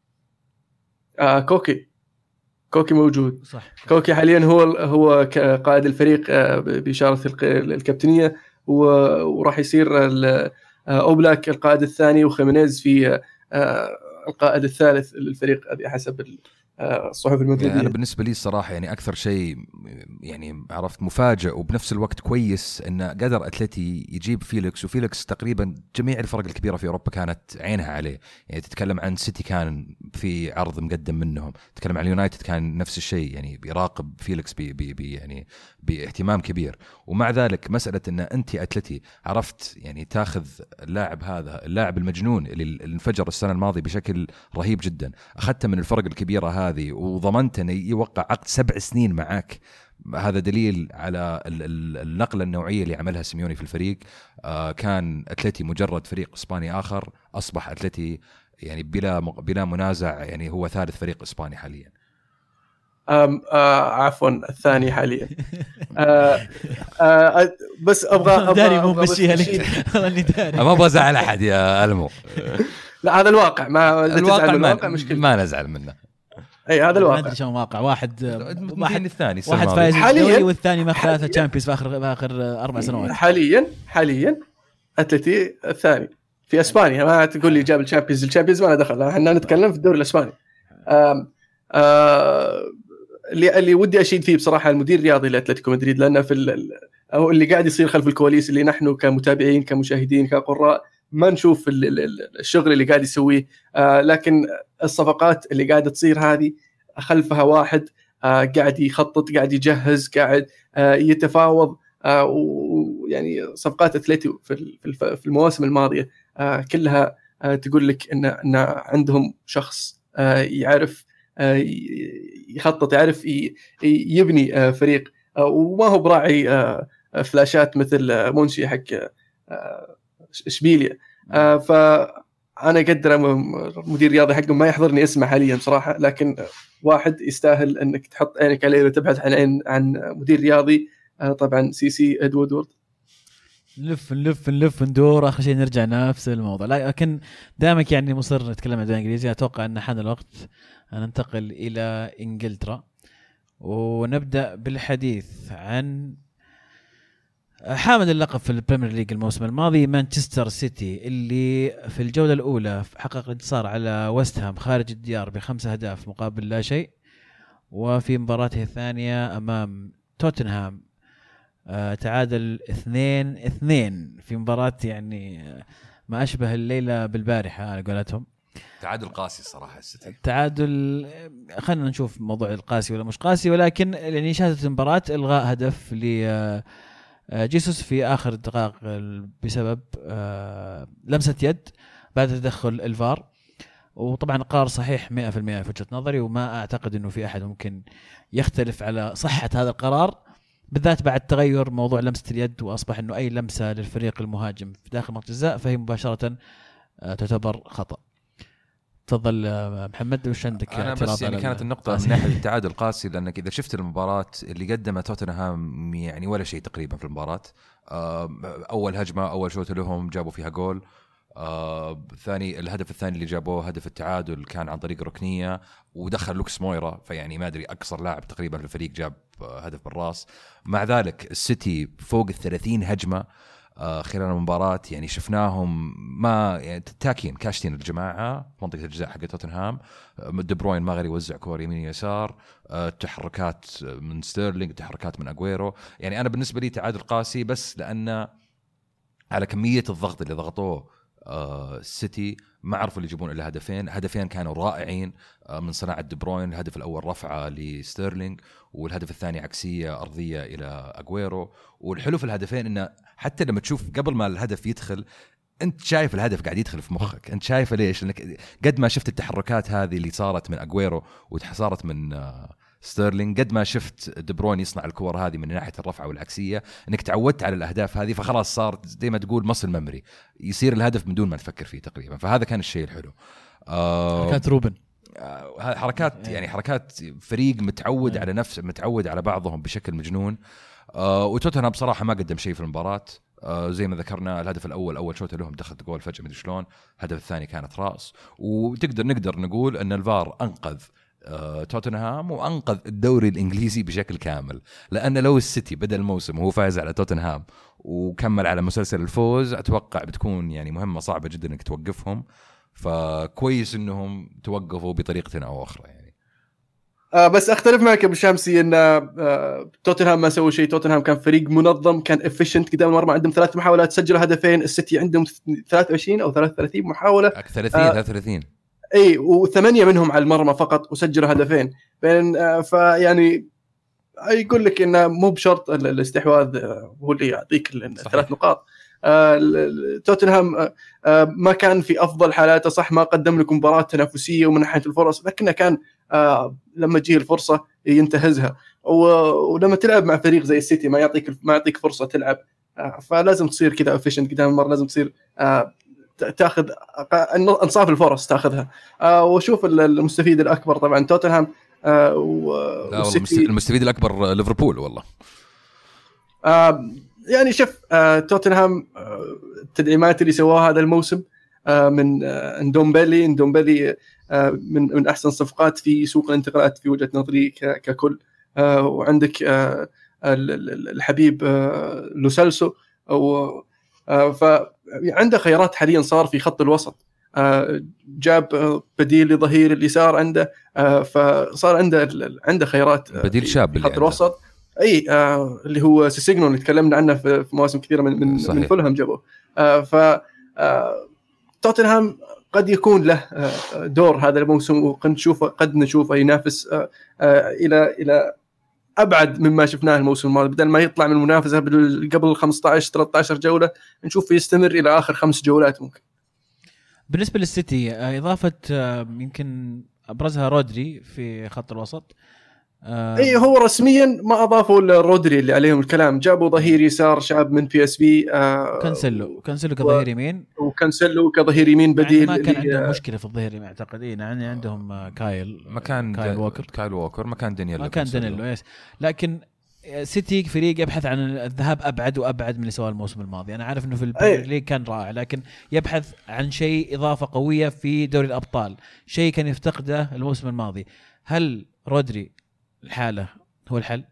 آه كوكي كوكي موجود صح. كوكي حاليا هو هو قائد الفريق بإشارة الكابتنية، وراح يصير أوبلاك القائد الثاني، وخيمينيز في القائد الثالث للفريق حسب الصحف المدريدية. يعني أنا بالنسبة لي الصراحة يعني أكثر شيء يعني عرفت مفاجئ وبنفس الوقت كويس إن قدر أتلتي يجيب فيليكس، وفيليكس تقريبا جميع الفرق الكبيرة في أوروبا كانت عينها عليه. يعني تتكلم عن سيتي كان في عرض مقدم منهم، تتكلم عن اليونايتد كان نفس الشيء، يعني بيراقب فيليكس بي بي بي يعني باهتمام كبير. ومع ذلك مسألة إن أنت أتلتي عرفت يعني تاخذ اللاعب هذا اللاعب المجنون اللي انفجر السنة الماضية بشكل رهيب جدا، أخذته من الفرق الكبيرة هذه وضمنت أنه يوقع عقد سبع سنين معك. هذا دليل على النقلة النوعية اللي عملها سيميوني في الفريق. آه كان أتلتي مجرد فريق إسباني آخر، أصبح أتلتي يعني بلا بلا منازع يعني هو ثالث فريق إسباني حاليا. أم آه عفوا الثاني حاليا. آه آه بس أبغى أبغى داري مو مشيها لك والله داري ما بزعل أحد يا ألمو. لا هذا الواقع، ما الواقع, الواقع ما, ما نزعل منه. اي هذا الواقع. ما ادري شو واقع. واحد واحد الثاني واحد فايز الدوري والثاني ما ثلاثه تشامبيونز في اخر اخر اربع سنوات. حاليا حاليا اتلتي الثاني في اسبانيا. ما تقول لي جاب الشامبيونز الشامبيونز ما دخل، احنا نتكلم في الدوري الاسباني. آم آم اللي اللي ودي اشيد فيه بصراحه المدير الرياضي لاتلتيكو مدريد، لانه في او اللي قاعد يصير خلف الكواليس اللي نحن كمتابعين كمشاهدين كقراء ما نشوف الشغل اللي قاعد يسويه، آه لكن الصفقات اللي قاعدة تصير هذه خلفها واحد آه قاعد يخطط، قاعد يجهز، قاعد آه يتفاوض. آه ويعني صفقات أتلتيكو في في المواسم الماضية آه كلها آه تقول لك إن إن عندهم شخص آه يعرف آه يخطط، يعرف يبني آه فريق، آه وما هو براعي آه فلاشات مثل مونشي حق آه إشبيلية. آه فأنا أقدر مدير رياضي حقهم ما يحضرني اسمه حاليا صراحة، لكن واحد يستاهل أنك تحط عينك عليه وتبحث عن عن مدير رياضي. آه طبعا سي سي إدوارد. نلف نلف نلف ندور، آخر شيء نرجع نفس الموضوع. لكن دامك يعني مصر نتكلم عن الإنجليزي، أتوقع أن حان الوقت أن ننتقل إلى إنجلترا ونبدأ بالحديث عن حامل اللقب في البريمير ليج الموسم الماضي مانشستر سيتي، اللي في الجولة الأولى حقق انتصار على ويست هام خارج الديار بخمسة أهداف مقابل لا شيء، وفي مباراته الثانية أمام توتنهام آه تعادل اثنين اثنين في مباراة يعني ما أشبه الليلة بالبارحة على قولتهم. تعادل قاسي صراحة السيتي. تعادل خلينا نشوف موضوع القاسي ولا مش قاسي، ولكن يعني شهدت المباراة إلغاء هدف ل جيسوس في آخر الدقائق بسبب لمسة يد بعد تدخل الفار. وطبعا قرار صحيح مئة بالمئة في وجهة نظري، وما أعتقد أنه في أحد ممكن يختلف على صحة هذا القرار، بالذات بعد تغير موضوع لمسة اليد، وأصبح أنه أي لمسة للفريق المهاجم في داخل منطقة الجزاء فهي مباشرة تعتبر خطأ. تفضل محمد، وش عندك؟ أنا بس يعني كانت النقطة من ناحية التعادل قاسي، لأنك إذا شفت المباراة اللي قدمها توتنهام يعني ولا شيء تقريبا في المباراة. أول هجمة أول شوط لهم جابوا فيها جول، آه، ثاني الهدف الثاني اللي جابوه هدف التعادل كان عن طريق ركنية ودخل لوكس مويرا، فيعني ما أدري أقصر لاعب تقريبا في الفريق جاب هدف بالراس. مع ذلك السيتي فوق الثلاثين هجمة آه خلال المباراة، يعني شفناهم ما يعني تاكين كاشتين الجماعة منطقة الجزاء حق توتنهام. دي بروين ما غير يوزع كور يمين يسار، آه تحركات من ستيرلينج، تحركات من أغويرو. يعني أنا بالنسبة لي تعادل قاسي، بس لأن على كمية الضغط اللي ضغطوه آه السيتي ما عرفوا اللي يجيبون إلا هدفين. هدفين كانوا رائعين آه من صناعة دي بروين. الهدف الأول رفعة لستيرلينج، والهدف الثاني عكسية أرضية إلى أغويرو. والحلو في الهدفين إنه حتى لما تشوف قبل ما الهدف يدخل أنت شايف الهدف قاعد يدخل في مخك. أنت شايف ليش؟ لأنك قد ما شفت التحركات هذه اللي صارت من أغويرو وصارت من آه ستيرلينج، قد ما شفت دي بروين يصنع الكور هذه من ناحية الرفعة والعكسية، انك تعودت على الاهداف هذه، فخلاص صار زي ما تقول مصل ممري، يصير الهدف من دون ما تفكر فيه تقريبا. فهذا كان الشيء الحلو. آه حركات روبن، آه حركات يعني حركات فريق متعود على نفس متعود على بعضهم بشكل مجنون. آه وتوتنهام بصراحة ما قدم شيء في المباراة. آه زي ما ذكرنا الهدف الأول أول شوط لهم دخلت جول فجأة مدري شلون، الهدف الثاني كانت رأس. وتقدر نقدر نقول أن الفار أنقذ توتنهام وأنقذ الدوري الإنجليزي بشكل كامل، لأن لو السيتي بدأ الموسم وهو فايز على توتنهام وكمل على مسلسل الفوز، أتوقع بتكون يعني مهمة صعبة جدا إنك توقفهم. فكويس إنهم توقفوا بطريقة أو أخرى يعني. آه بس أختلف معك أبو شامسي إن آه توتنهام ما سووا شيء. توتنهام كان فريق منظم، كان efficient قدام المرمى، عندهم ثلاث محاولات سجلوا هدفين. السيتي عندهم ثلاثة وعشرين أو ثلاثة وثلاثين محاولة، ثلاثين آه ثلاثة وثلاثين اي، وثمانية منهم على المرمى فقط وسجلوا هدفين. بين فيعني يقول لك انه مو بشرط الاستحواذ هو اللي يعطيك الثلاث نقاط. توتنهام ما كان في افضل حالاته، صح ما قدم لكم مباراه تنافسيه ومن ناحيه الفرص، لكنه كان لما تجي الفرصه ينتهزها. ولما تلعب مع فريق زي السيتي ما يعطيك ما يعطيك فرصه تلعب، فلازم تصير كذا افيشنت قدام المر، لازم تصير تاخذ انصاف الفرص تاخذها. آه وشوف المستفيد الاكبر طبعا توتنهام. آه والسيتي المستفيد الاكبر ليفربول والله. آه يعني شوف آه توتنهام آه التدعيمات اللي سواها هذا الموسم آه من آه اندومبيلي اندومبيلي آه من من احسن صفقات في سوق الانتقالات في وجهة نظري ككل. آه وعندك آه الحبيب آه لوسيلسو او آه فعنده خيارات حاليا. صار في خط الوسط آه جاب بديل لظهير اليسار عنده، آه فصار عنده عنده خيارات آه بديل شاب في خط الوسط. اي آه اللي هو سيسيغنو اللي تكلمنا عنه في مواسم كثيره من من, من فولهام جابوه. آه ف آه توتنهام قد يكون له آه دور هذا الموسم، وقد نشوفه قد نشوفه ينافس آه آه الى الى ابعد مما شفناه الموسم الماضي. بدل ما يطلع من المنافسه قبل خمسة عشر ثلاثة عشر جوله، نشوفه يستمر الى اخر خمس جولات ممكن. بالنسبه للسيتي اضافه يمكن ابرزها رودري في خط الوسط. اي هو رسميا ما اضافوا رودري اللي عليهم الكلام، جابوا ظهير يسار شاب من بي اس في آه كانسيلو كانسيلو كظهير يمين، وكانسيلو كظهير يمين بديل. يعني ما كان عندهم مشكله في الظهير يمين اعتقد. اي يعني عندهم كايل مكان كايل ووكر كايل ووكر مكان دانييلو مكان دانييلو يس. لكن سيتي فريق يبحث عن الذهاب ابعد وابعد من اللي سواه الموسم الماضي. انا عارف انه في البريمير ليج كان رائع، لكن يبحث عن شيء اضافه قويه في دوري الابطال، شيء كان يفتقده الموسم الماضي. هل رودري الحاله هو الحل؟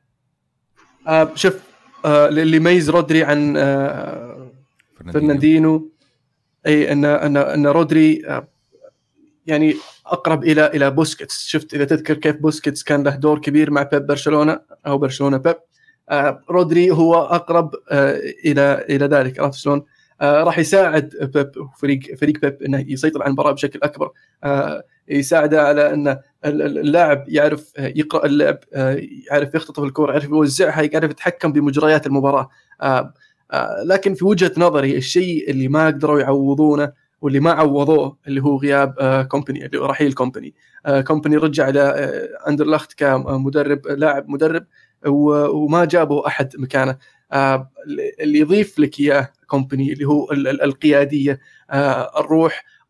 آه شوف آه اللي يميز رودري عن آه فرناندينو اي ان ان ان رودري آه يعني اقرب الى الى بوسكيتس. شفت اذا تذكر كيف بوسكيتس كان له دور كبير مع بيب برشلونه او برشلونه بيب، آه رودري هو اقرب آه الى الى ذلك. عرفت شلون؟ آه راح يساعد بيب فريق فريق بيب انه يسيطر على المباراه بشكل اكبر، آه يساعده على ان اللاعب يعرف يقرا اللعب، آه يعرف يختطف الكره، يعرف يوزعها، يعرف يتحكم بمجريات المباراه. آه آه لكن في وجهه نظري الشيء اللي ما قدروا يعوضونه واللي ما عوضوه اللي هو غياب آه كومباني، اللي هو رحيل كومباني. آه كومباني رجع الى آه اندرلخت كمدرب لاعب مدرب، وما جابوا احد مكانه. آه اللي يضيف لك اياه كومباني اللي هو القياديه، آه الروح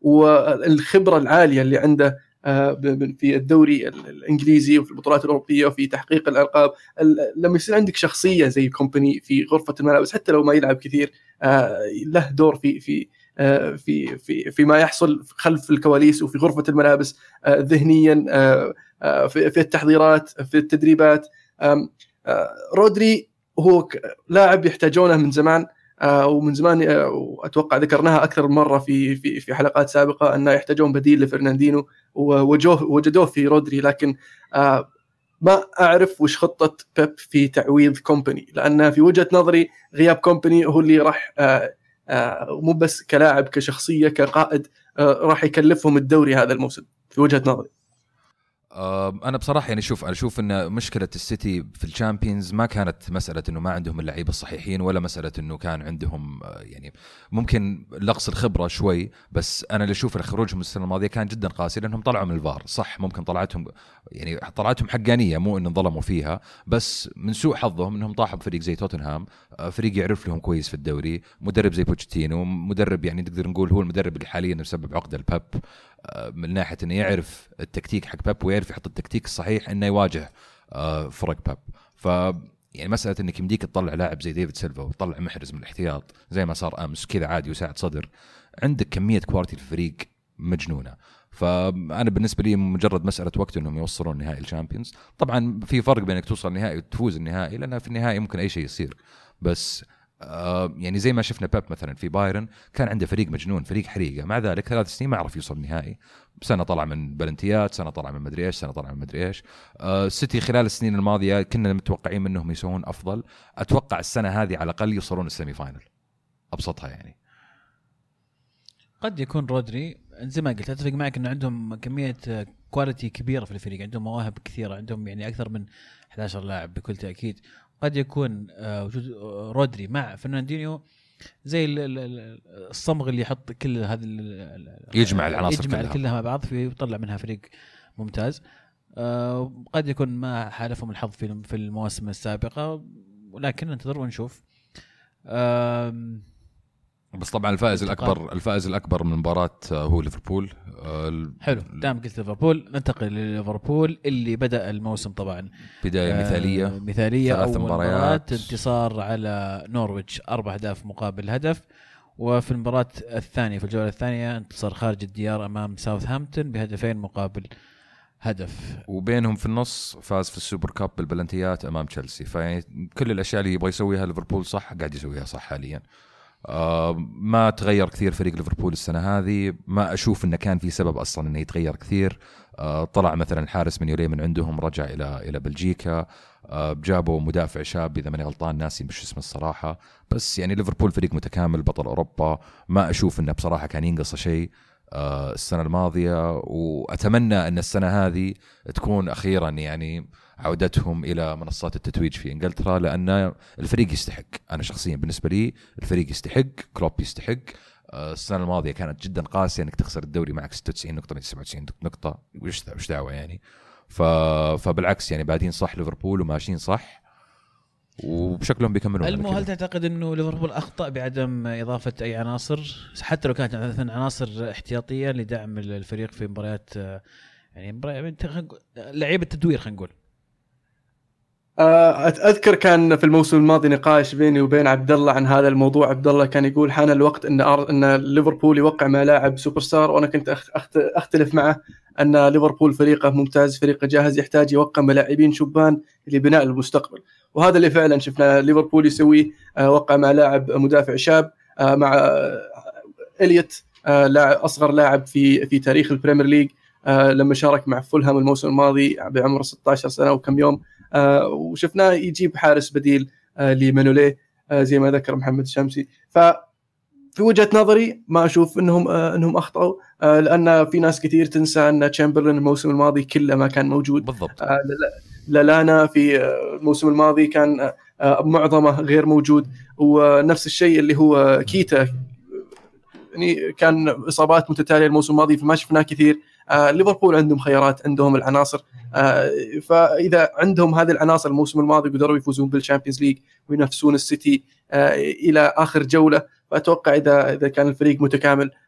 والخبره العاليه اللي عنده في الدوري الانجليزي وفي البطولات الاوروبيه وفي تحقيق الالقاب. لما يصير عندك شخصيه زي كومباني في غرفه الملابس حتى لو ما يلعب كثير له دور في في في في فيما يحصل خلف الكواليس وفي غرفه الملابس ذهنيا في التحضيرات في التدريبات. رودري هو لاعب يحتاجونه من زمان، ومن زمان واتوقع ذكرناها اكثر من مره في في في حلقات سابقه انه يحتاجون بديل لفرناندينو ووجوه وجدوه في رودري، لكن ما اعرف وش خطه بيب في تعويض كومباني، لان في وجهه نظري غياب كومباني هو اللي راح مو بس كلاعب كشخصيه كقائد راح يكلفهم الدوري هذا الموسم في وجهه نظري. أنا بصراحة يعني شوف أنا أشوف إن مشكلة السيتي في الشامبيونز ما كانت مسألة إنه ما عندهم اللعيبة الصحيحين، ولا مسألة إنه كان عندهم يعني ممكن لقص الخبرة شوي، بس أنا اللي أشوف خروجهم السنة الماضية كان جدا قاسي لأنهم طلعوا من الفار. صح ممكن طلعتهم يعني طلعتهم حقانية، مو إن ظلموا فيها، بس من سوء حظهم إنهم طاحوا بفريق زي توتنهام، فريق يعرف لهم كويس في الدوري، مدرب زي بوتشيتينو، مدرب يعني نقدر نقول هو المدرب اللي حاليا يسبب عقدة البيب من ناحية إنه يعرف التكتيك حق بيب ويعرف يحط التكتيك الصحيح إنه يواجه فرق بيب. ف يعني مسألة إنك يمديك تطلع لاعب زي ديفيد سيلفا وتطلع محرز من الاحتياط زي ما صار أمس كذا عادي وساعد صدر، عندك كمية كوارتي الفريق مجنونة. فأنا بالنسبة لي مجرد مسألة وقت إنهم يوصلون نهائي الشامبيونز. طبعا في فرق بينك توصل النهائي وتفوز النهائي، لأن في النهائي ممكن أي شيء يصير، بس آه يعني زي ما شفنا بيب مثلا في بايرن كان عنده فريق مجنون، فريق حريقة، مع ذلك ثلاث سنين ما عرف يوصل النهائي. سنة طلع من بلنتيات، سنة طلع من مدري إيش، سنة طلع من مدري إيش. آه سيتي خلال السنين الماضية كنا متوقعين منهم يسوون أفضل. أتوقع السنة هذه على الأقل يوصلون السيمي فاينل، أبسطها يعني. قد يكون رودري زي ما قلت أتفق معك إنه عندهم كمية كواليتي كبيرة في الفريق، عندهم مواهب كثيرة، عندهم يعني أكثر من إحدى عشر لاعب بكل تأكيد. قد يكون وجود رودري مع فرناندينيو زي الصمغ اللي يحط كل هذه يجمع العناصر يجمع كلها. كلها مع بعض ويطلع منها فريق ممتاز. قد يكون ما حالفهم الحظ في في المواسم السابقة، ولكن ننتظر ونشوف. بس طبعا الفائز الأكبر الفائز الأكبر من المباراة هو ليفربول. حلو دام قلت ليفربول ننتقل لليفربول اللي بدأ الموسم طبعا بداية مثالية مثالية ثلاث مباريات، انتصار على نورويتش أربع أهداف مقابل هدف، وفي المباراة الثانية في الجولة الثانية انتصار خارج الديار أمام ساوثهامبتون بهدفين مقابل هدف، وبينهم في النص فاز في السوبر كاب بالبلنتيات أمام تشيلسي. فيعني كل الأشياء اللي يبغى يسويها ليفربول صح قاعد يسويها صح حاليا. آه ما تغير كثير فريق ليفربول السنة هذه، ما أشوف إنه كان في سبب أصلاً إنه يتغير كثير. آه طلع مثلاً الحارس من يولي من عندهم رجع إلى إلى بلجيكا، آه جابوا مدافع شاب إذا ماني غلطان ناسي مش اسمه الصراحة، بس يعني ليفربول فريق متكامل بطل أوروبا، ما أشوف إنه بصراحة كان ينقص شيء آه السنة الماضية. وأتمنى أن السنة هذه تكون أخيراً يعني عودتهم إلى منصات التتويج في إنجلترا، لأن الفريق يستحق. أنا شخصيا بالنسبة لي الفريق يستحق، كلوب يستحق. السنة الماضية كانت جدا قاسية أنك تخسر الدوري معك ستة وتسعين نقطة من سبعة وتسعين نقطة، وش دعوة يعني. ف... فبالعكس يعني بعدين صح ليفربول وماشيين صح وبشكلهم بيكملون. المو هل تعتقد أنه ليفربول أخطأ بعدم إضافة أي عناصر حتى لو كانت عناصر احتياطية لدعم الفريق في مباريات يعني لعيبة التدوير خلينا نقول؟ أذكر كان في الموسم الماضي نقاش بيني وبين عبد الله عن هذا الموضوع. عبد الله كان يقول حان الوقت أن أر... أن ليفربول يوقع مع لاعب سوبر ستار، وأنا كنت أخت... أختلف معه أن ليفربول فريقه ممتاز، فريقه جاهز، يحتاج يوقع ملاعبين شبان لبناء المستقبل، وهذا اللي فعلا شفنا ليفربول يسويه. وقع مع لاعب مدافع شاب مع إليوت، أصغر لاعب في في تاريخ البريمير ليج، لما شارك مع فولهام الموسم الماضي بعمر ستة عشر سنة وكم يوم، آه وشفناه يجيب حارس بديل آه لمانوليه آه زي ما ذكر محمد الشامسي. ففي وجهة نظري ما أشوف إنهم آه إنهم أخطأوا، آه لأن في ناس كثير تنسى أن تشامبرلين الموسم الماضي كله ما كان موجود بالضبط. آه لالانا في الموسم الماضي كان آه معظمه غير موجود، ونفس الشيء اللي هو كيتا يعني كان إصابات متتالية الموسم الماضي فما شفناه كثير. آه ليفربول عندهم خيارات، عندهم العناصر، آه فإذا عندهم هذه العناصر الموسم الماضي قدروا يفوزون بالشامبيونز ليج وينافسون السيتي آه إلى آخر جولة، فأتوقع إذا إذا كان الفريق متكامل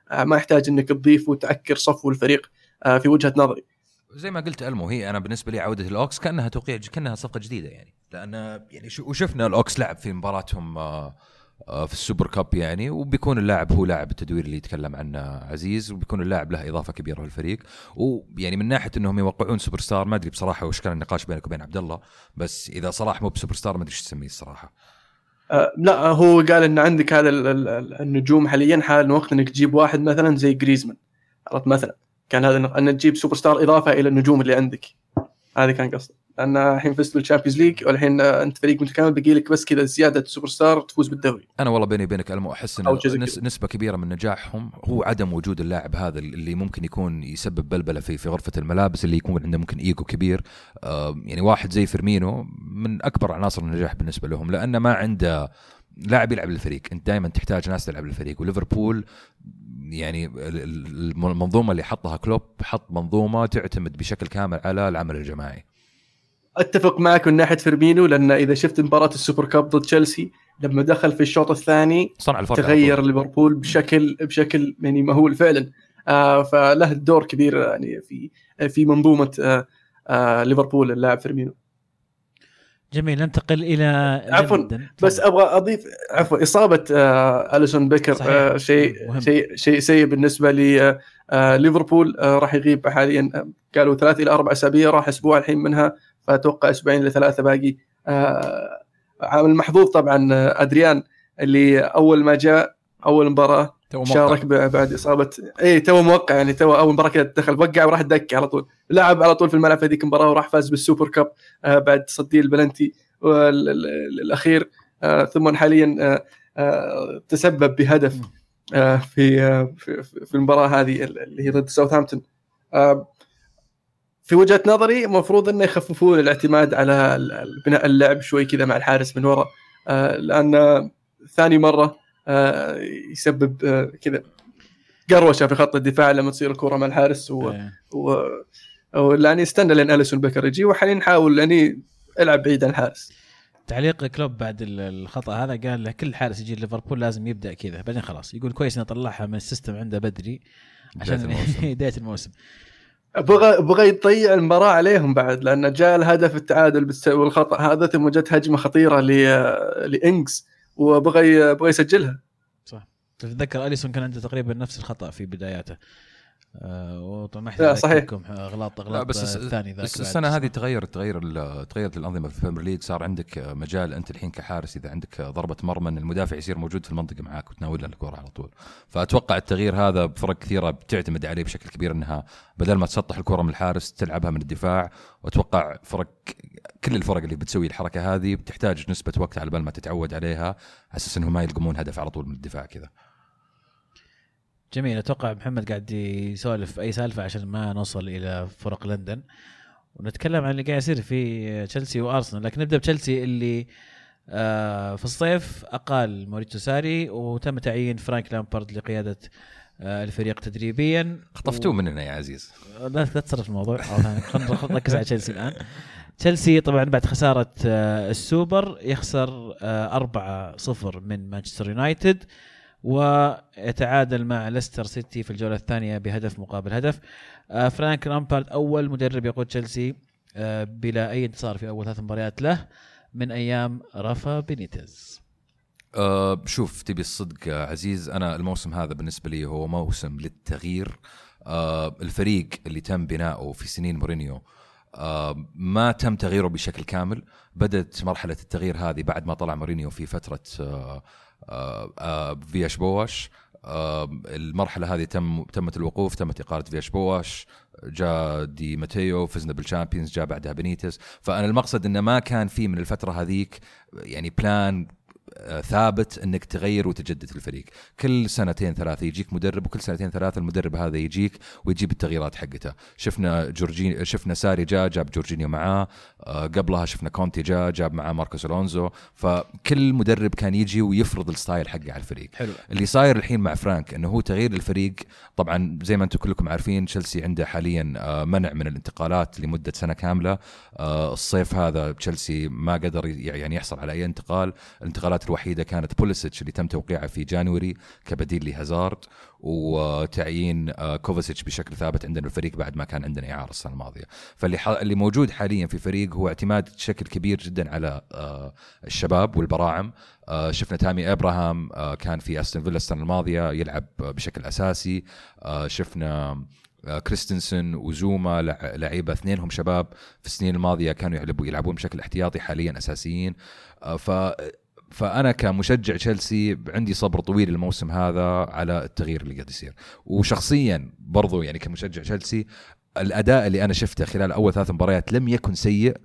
ما يحتاج انك تضيف وتعكر صفو الفريق في وجهة نظري. زي ما قلت ألمو، هي أنا بالنسبة لي عودة الأوكس كأنها توقيع، كأنها صفقة جديدة يعني، لأن يعني وشفنا الأوكس لعب في مباراتهم في السوبر كاب يعني، وبيكون اللاعب هو لاعب التدوير اللي يتكلم عنه عزيز، وبيكون اللاعب له إضافة كبيرة في الفريق. ويعني من ناحية إنهم يوقعون سوبر ستار ما أدري بصراحة وش كان النقاش بينك وبين عبد الله، بس إذا صلاح مو بسوبر ستار ما أدري إيش تسميه الصراحة. أه لا، هو قال إن عندك هذا النجوم حاليا حال وقت إنك تجيب واحد مثلا زي جريزمان، عرفت مثلا كان هذا أن تجيب سوبر ستار إضافة إلى النجوم اللي عندك، هذا كان قصد. لأن الحين فزت بالشامبيونز ليج والحين أنت فريق متكامل، بقي لك بس كذا زيادة سوبر ستار تفوز بالدوري. أنا والله بيني وبينك ألمو أحس إن نس نسبة كبيرة من نجاحهم هو عدم وجود اللاعب هذا اللي ممكن يكون يسبب بلبلة في في غرفة الملابس، اللي يكون عنده ممكن إيجو كبير. آه يعني واحد زي فيرمينو من أكبر عناصر النجاح بالنسبة لهم، لأنه ما عنده لاعب يلعب للفريق. أنت دائما تحتاج ناس تلعب للفريق، وليفربول يعني المنظومة اللي حطها كلوب حط منظومة تعتمد بشكل كامل على العمل الجماعي. اتفق معك من ناحيه فيرمينو، لان اذا شفت مباراه السوبر كاب ضد تشيلسي لما دخل في الشوط الثاني صنع الفرق، تغير ليفربول بشكل بشكل يعني مهول فعلا. آه فله دور كبير يعني في في منظومه آه آه ليفربول اللاعب فيرمينو. جميل، ننتقل الى عفوا بس ابغى اضيف عفوا اصابه آه أليسون بيكر آه شيء شيء شيء سيء بالنسبه لي. آه ليفربول آه راح يغيب حاليا، آه قالوا ثلاث الى اربع اسابيع، راح اسبوع الحين منها، فأتوقع أسبوعين لثلاثة باقي. آه عامل محظوظ طبعا أدريان اللي أول ما جاء أول مباراة شارك بعد إصابة، إيه تو موقع يعني، تو أول مباراة كده دخل وقع وراح دك على طول، لعب على طول في الملعب في هذيك المباراة وراح فاز بالسوبر كاب آه بعد تصدي البلنتي الأخير. آه ثم حاليا آه آه تسبب بهدف آه في, آه في في المباراة هذه اللي هي ضد ساوثهامبتون. آه في وجهة نظري مفروض أنه يخففون الاعتماد على بناء اللعب شوي كذا مع الحارس من وراء، آه لأن ثاني مرة آه يسبب آه كذا قروشة في خط الدفاع لما تصير الكرة مع الحارس، و, و... يعني يستنى لأن أليسون بيكر يجي، وحاليا نحاول يعني العب بعيد عن الحارس. تعليق كلوب بعد الخطأ هذا قال له كل حارس يجي ليفربول لازم يبدأ كذا، بعدين خلاص يقول كويس نطلعها من السيستم عنده بدري عشان بداية الموسم. بغى بغى يضيع المباراة عليهم بعد، لأن جاء الهدف التعادل والخطأ هذا، ثم جت هجمة خطيرة لإنجز وبغى بغى يسجلها. صح، تتذكر أليسون كان عنده تقريبا نفس الخطأ في بداياته. آه وطبعا ما احتاج اغلاط اغلاط بس الثاني ذاك. بس السنه هذه تغير تغير تغيرت الانظمه في البريمير ليج، صار عندك مجال انت الحين كحارس اذا عندك ضربه مرمى المدافع يصير موجود في المنطقه معاك وتناول له الكره على طول. فاتوقع التغيير هذا بفرق كثيره بتعتمد عليه بشكل كبير، انها بدل ما تسطح الكره من الحارس تلعبها من الدفاع. واتوقع فرق كل الفرق اللي بتسوي الحركه هذه بتحتاج نسبه وقت على بال ما تتعود عليها، على اساس انهم ما يلقمون هدف على طول من الدفاع كذا. جميل، أتوقع محمد قاعد يسولف أي سالفة عشان ما نوصل إلى فرق لندن ونتكلم عن اللي قاعد يصير في تشيلسي وأرسنال. لكن نبدأ بتشيلسي اللي آه في الصيف أقال موريتو ساري وتم تعيين فرانك لامبارد لقيادة آه الفريق تدريبيا. خطفتوه و... مننا يا عزيز، لا تصرف الموضوع. خلينا نركز على تشيلسي الآن. تشيلسي طبعا بعد خسارة آه السوبر يخسر آه أربعة صفر من مانشستر يونايتد، ويتعادل مع ليستر سيتي في الجولة الثانية بهدف مقابل هدف. آه فرانك لامبارد أول مدرب يقود تشيلسي آه بلا أي انتصار في أول ثلاث مباريات له من أيام رافا بينيتز. أه شوف تبي الصدق عزيز، أنا الموسم هذا بالنسبة لي هو موسم للتغيير. أه الفريق اللي تم بناؤه في سنين مورينيو أه ما تم تغييره بشكل كامل. بدأت مرحلة التغيير هذه بعد ما طلع مورينيو في فترة أه آه آه فياش بواش. آه المرحلة هذه تم تمت الوقوف، تمت إقالة فياش بواش، جاء دي ماتيو، فزنا بالشامبيونز، جاء بعدها بنيتس. فأنا المقصد إنه ما كان في من الفترة هذيك يعني بلان ثابت انك تغير وتجدد الفريق. كل سنتين ثلاثه يجيك مدرب، وكل سنتين ثلاثه المدرب هذا يجيك ويجيب التغييرات حقته. شفنا جورجين شفنا ساري جاء جاب جورجينيو معاه، قبلها شفنا كونتي جاء جاب معاه ماركوس ألونزو. فكل مدرب كان يجي ويفرض الستايل حقه على الفريق. حلو. اللي صاير الحين مع فرانك انه هو تغيير الفريق. طبعا زي ما انتم كلكم عارفين تشيلسي عنده حاليا منع من الانتقالات لمده سنه كامله. الصيف هذا تشيلسي ما قدر يعني يحصل على اي انتقال. الانتقالات الوحيدة كانت بوليسيتش اللي تم توقيعه في جانوري كبديل لهازارد، وتعيين كوفاسيتش بشكل ثابت عندنا الفريق بعد ما كان عندنا إعارة السنة الماضية. فاللي ح... اللي موجود حاليا في فريق هو اعتماد بشكل كبير جدا على الشباب والبراعم. شفنا تامي إبراهام كان في أستون فيلا السنة الماضية يلعب بشكل أساسي. شفنا كريستنسن وزوما لعيبة اثنينهم شباب في السنين الماضية كانوا يلعبوا يلعبون بشكل احتياطي، حاليا أساسيين. ف فأنا كمشجع تشيلسي عندي صبر طويل الموسم هذا على التغيير اللي قاعد يصير. وشخصيا برضو يعني كمشجع تشيلسي الأداء اللي أنا شفته خلال أول ثلاث مباريات لم يكن سيء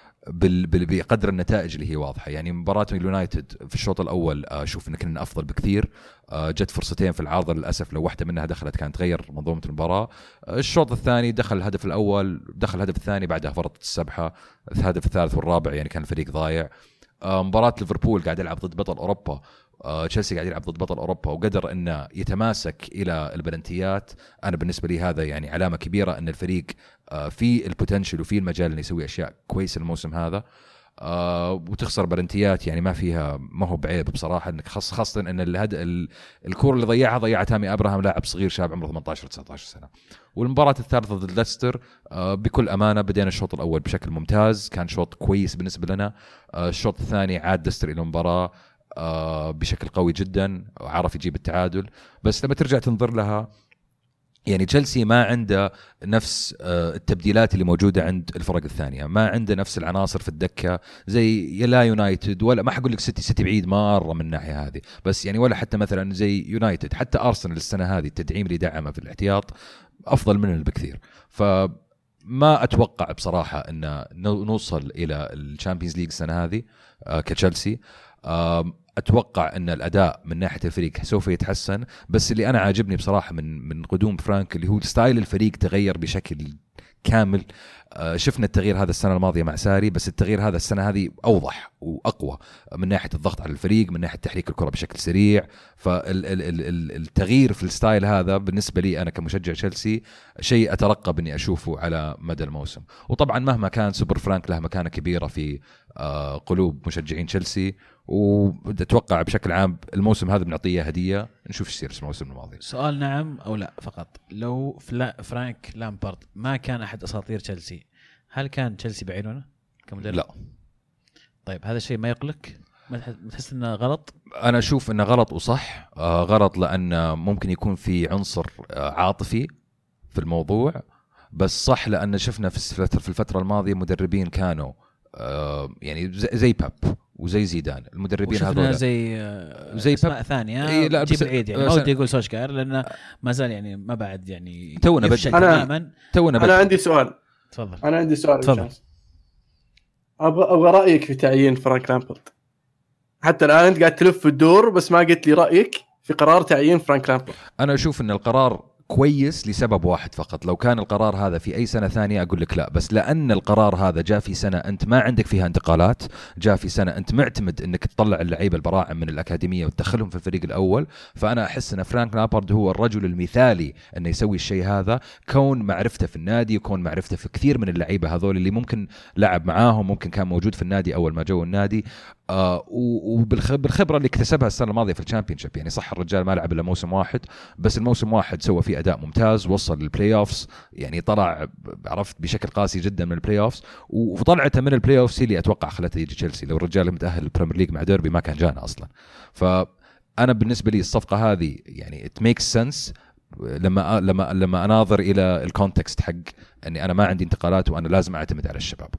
بقدر النتائج اللي هي واضحة. يعني مباراة اليونايتد في الشوط الأول أشوف إن كنا أفضل بكثير. جت فرصتين في العارضة للأسف لو واحدة منها دخلت كانت تغير منظومة المباراة. الشوط الثاني دخل الهدف الأول، دخل الهدف الثاني بعدها فرطت السبحة، الهدف الثالث والرابع يعني كان الفريق ضايع. مباراة ليفربول قاعد يلعب ضد بطل أوروبا، تشيلسي قاعد يلعب ضد بطل أوروبا وقدر إنه يتماسك إلى البلنتيات. أنا بالنسبة لي هذا يعني علامة كبيرة إن الفريق في البوتنشل وفي المجال إنه يسوي أشياء كويسة الموسم هذا. وتخسر بلنتيات يعني ما فيها، ما هو بعيب بصراحة، إنك خاص خاصة إن الهد الكورة اللي ضيعها ضيعها تامي أبراهام، لاعب صغير شاب عمره ثمانية عشر تسعة عشر سنة. والمباراة الثالثة ضد ليستر بكل أمانة بدينا الشوط الأول بشكل ممتاز، كان شوط كويس بالنسبة لنا. الشوط الثاني عاد ليستر إلى المباراة بشكل قوي جدا وعرف يجيب التعادل. بس لما ترجع تنظر لها يعني تشيلسي ما عنده نفس التبديلات اللي موجودة عند الفرق الثانية، ما عنده نفس العناصر في الدكة زي لا يونايتد، ولا ما حقول لك سيتي سيتي بعيد مرة من الناحية هذه، بس يعني ولا حتى مثلا زي يونايتد، حتى أرسنال السنة هذه التدعيم اللي دعمه في الاحتياط أفضل منه بكثير. فما أتوقع بصراحة أن نوصل إلى الشامبيونز ليج السنة هذه كتشيلسي. أتوقع أن الأداء من ناحية الفريق سوف يتحسن، بس اللي أنا عاجبني بصراحة من من قدوم فرانك اللي هو ستايل الفريق تغير بشكل كامل. شفنا التغيير هذا السنة الماضية مع ساري، بس التغيير هذا السنة هذه أوضح وأقوى من ناحية الضغط على الفريق، من ناحية تحريك الكرة بشكل سريع. فالتغيير في الستايل هذا بالنسبة لي أنا كمشجع تشيلسي شيء أترقب أني أشوفه على مدى الموسم. وطبعا مهما كان سوبر فرانك له مكانة كبيرة في قلوب مشجعين تشيلسي، وأتوقع بشكل عام الموسم هذا بنعطيه هدية، نشوف ايش يصير في الموسم الماضي. سؤال نعم أو لا فقط، لو فرانك لامبارد ما كان أحد أساطير تشيلسي، هل كان تشيلسي بعينونه كمدرب؟ لا. طيب هذا الشيء ما يقلك؟ ما تحس إنه غلط؟ أنا أشوف إنه غلط وصح. آه غلط لأن ممكن يكون في عنصر آه عاطفي في الموضوع، بس صح لأن شفنا في الفترة الماضية مدربين كانوا آه يعني زي باب وزي زيدان، المدربين هذول زي زي اسماء ثانية إيه لا جيب العيد يعني، ما ودي اقول سوشكار لانه ما زال يعني ما بعد يعني تونا يفشل تماما. تونا انا عندي سؤال. تفضل. انا عندي سؤال تفضل. ابغى ابغى رايك في تعيين فرانك لامبارد. حتى الان انت قاعد تلف الدور بس ما قلت لي رايك في قرار تعيين فرانك لامبارد. انا اشوف ان القرار كويس لسبب واحد فقط. لو كان القرار هذا في أي سنة ثانية أقول لك لا، بس لأن القرار هذا جاء في سنة أنت ما عندك فيها انتقالات، جاء في سنة أنت معتمد أنك تطلع اللعيبة البراعم من الأكاديمية وتدخلهم في الفريق الأول، فأنا أحس أن فرانك لامبارد هو الرجل المثالي أنه يسوي الشيء هذا، كون معرفته في النادي وكون معرفته في كثير من اللعيبة هذول اللي ممكن لعب معاهم، ممكن كان موجود في النادي أول ما جو النادي. آه وبالخبرة اللي اكتسبها السنة الماضية في الشامبيونشيب. يعني صح الرجال ما لعب إلا موسم واحد، بس الموسم واحد سوى فيه أداء ممتاز، وصل للبلاي أوفس، يعني طلع عرفت بشكل قاسي جدا من البلاي أوفس، وطلعته من البلاي أوفس اللي أتوقع خلته يجي تشيلسي. لو الرجال متأهل البريمير ليج مع ديربي ما كان جانا أصلا. فأنا بالنسبة لي الصفقة هذه يعني it makes sense لما لما لما أناظر إلى الكونتكست حق أني أنا ما عندي انتقالات وأنا لازم أعتمد على الشباب.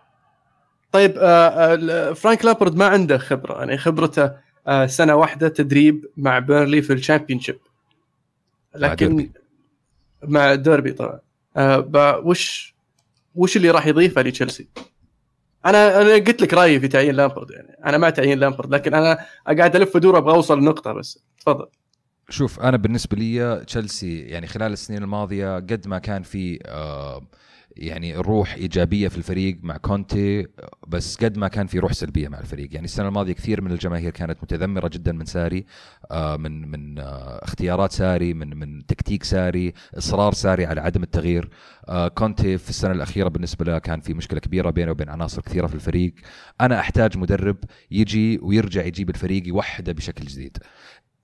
طيب آه فرانك لامبارد ما عنده خبرة، يعني خبرته آه سنة واحدة تدريب مع بيرلي في الشامبيونشيب، لكن مع ديربي, مع ديربي طبعا. آه وش وش اللي راح يضيفه لتشيلسي؟ أنا أنا قلت لك رأيي في تعيين لامبارد، يعني أنا مع تعيين لامبارد، لكن أنا قاعد ألف ودور أبغى أوصل لنقطة بس. تفضل. شوف أنا بالنسبة لي تشيلسي يعني خلال السنين الماضية قد ما كان في آه يعني روح إيجابية في الفريق مع كونتي، بس قد ما كان في روح سلبية مع الفريق. يعني السنة الماضية كثير من الجماهير كانت متذمرة جدا من ساري، من من اختيارات ساري، من من تكتيك ساري، إصرار ساري على عدم التغيير. كونتي في السنة الأخيرة بالنسبة له كان في مشكلة كبيرة بينه وبين عناصر كثيرة في الفريق. أنا أحتاج مدرب يجي ويرجع يجيب الفريق يوحده بشكل جديد.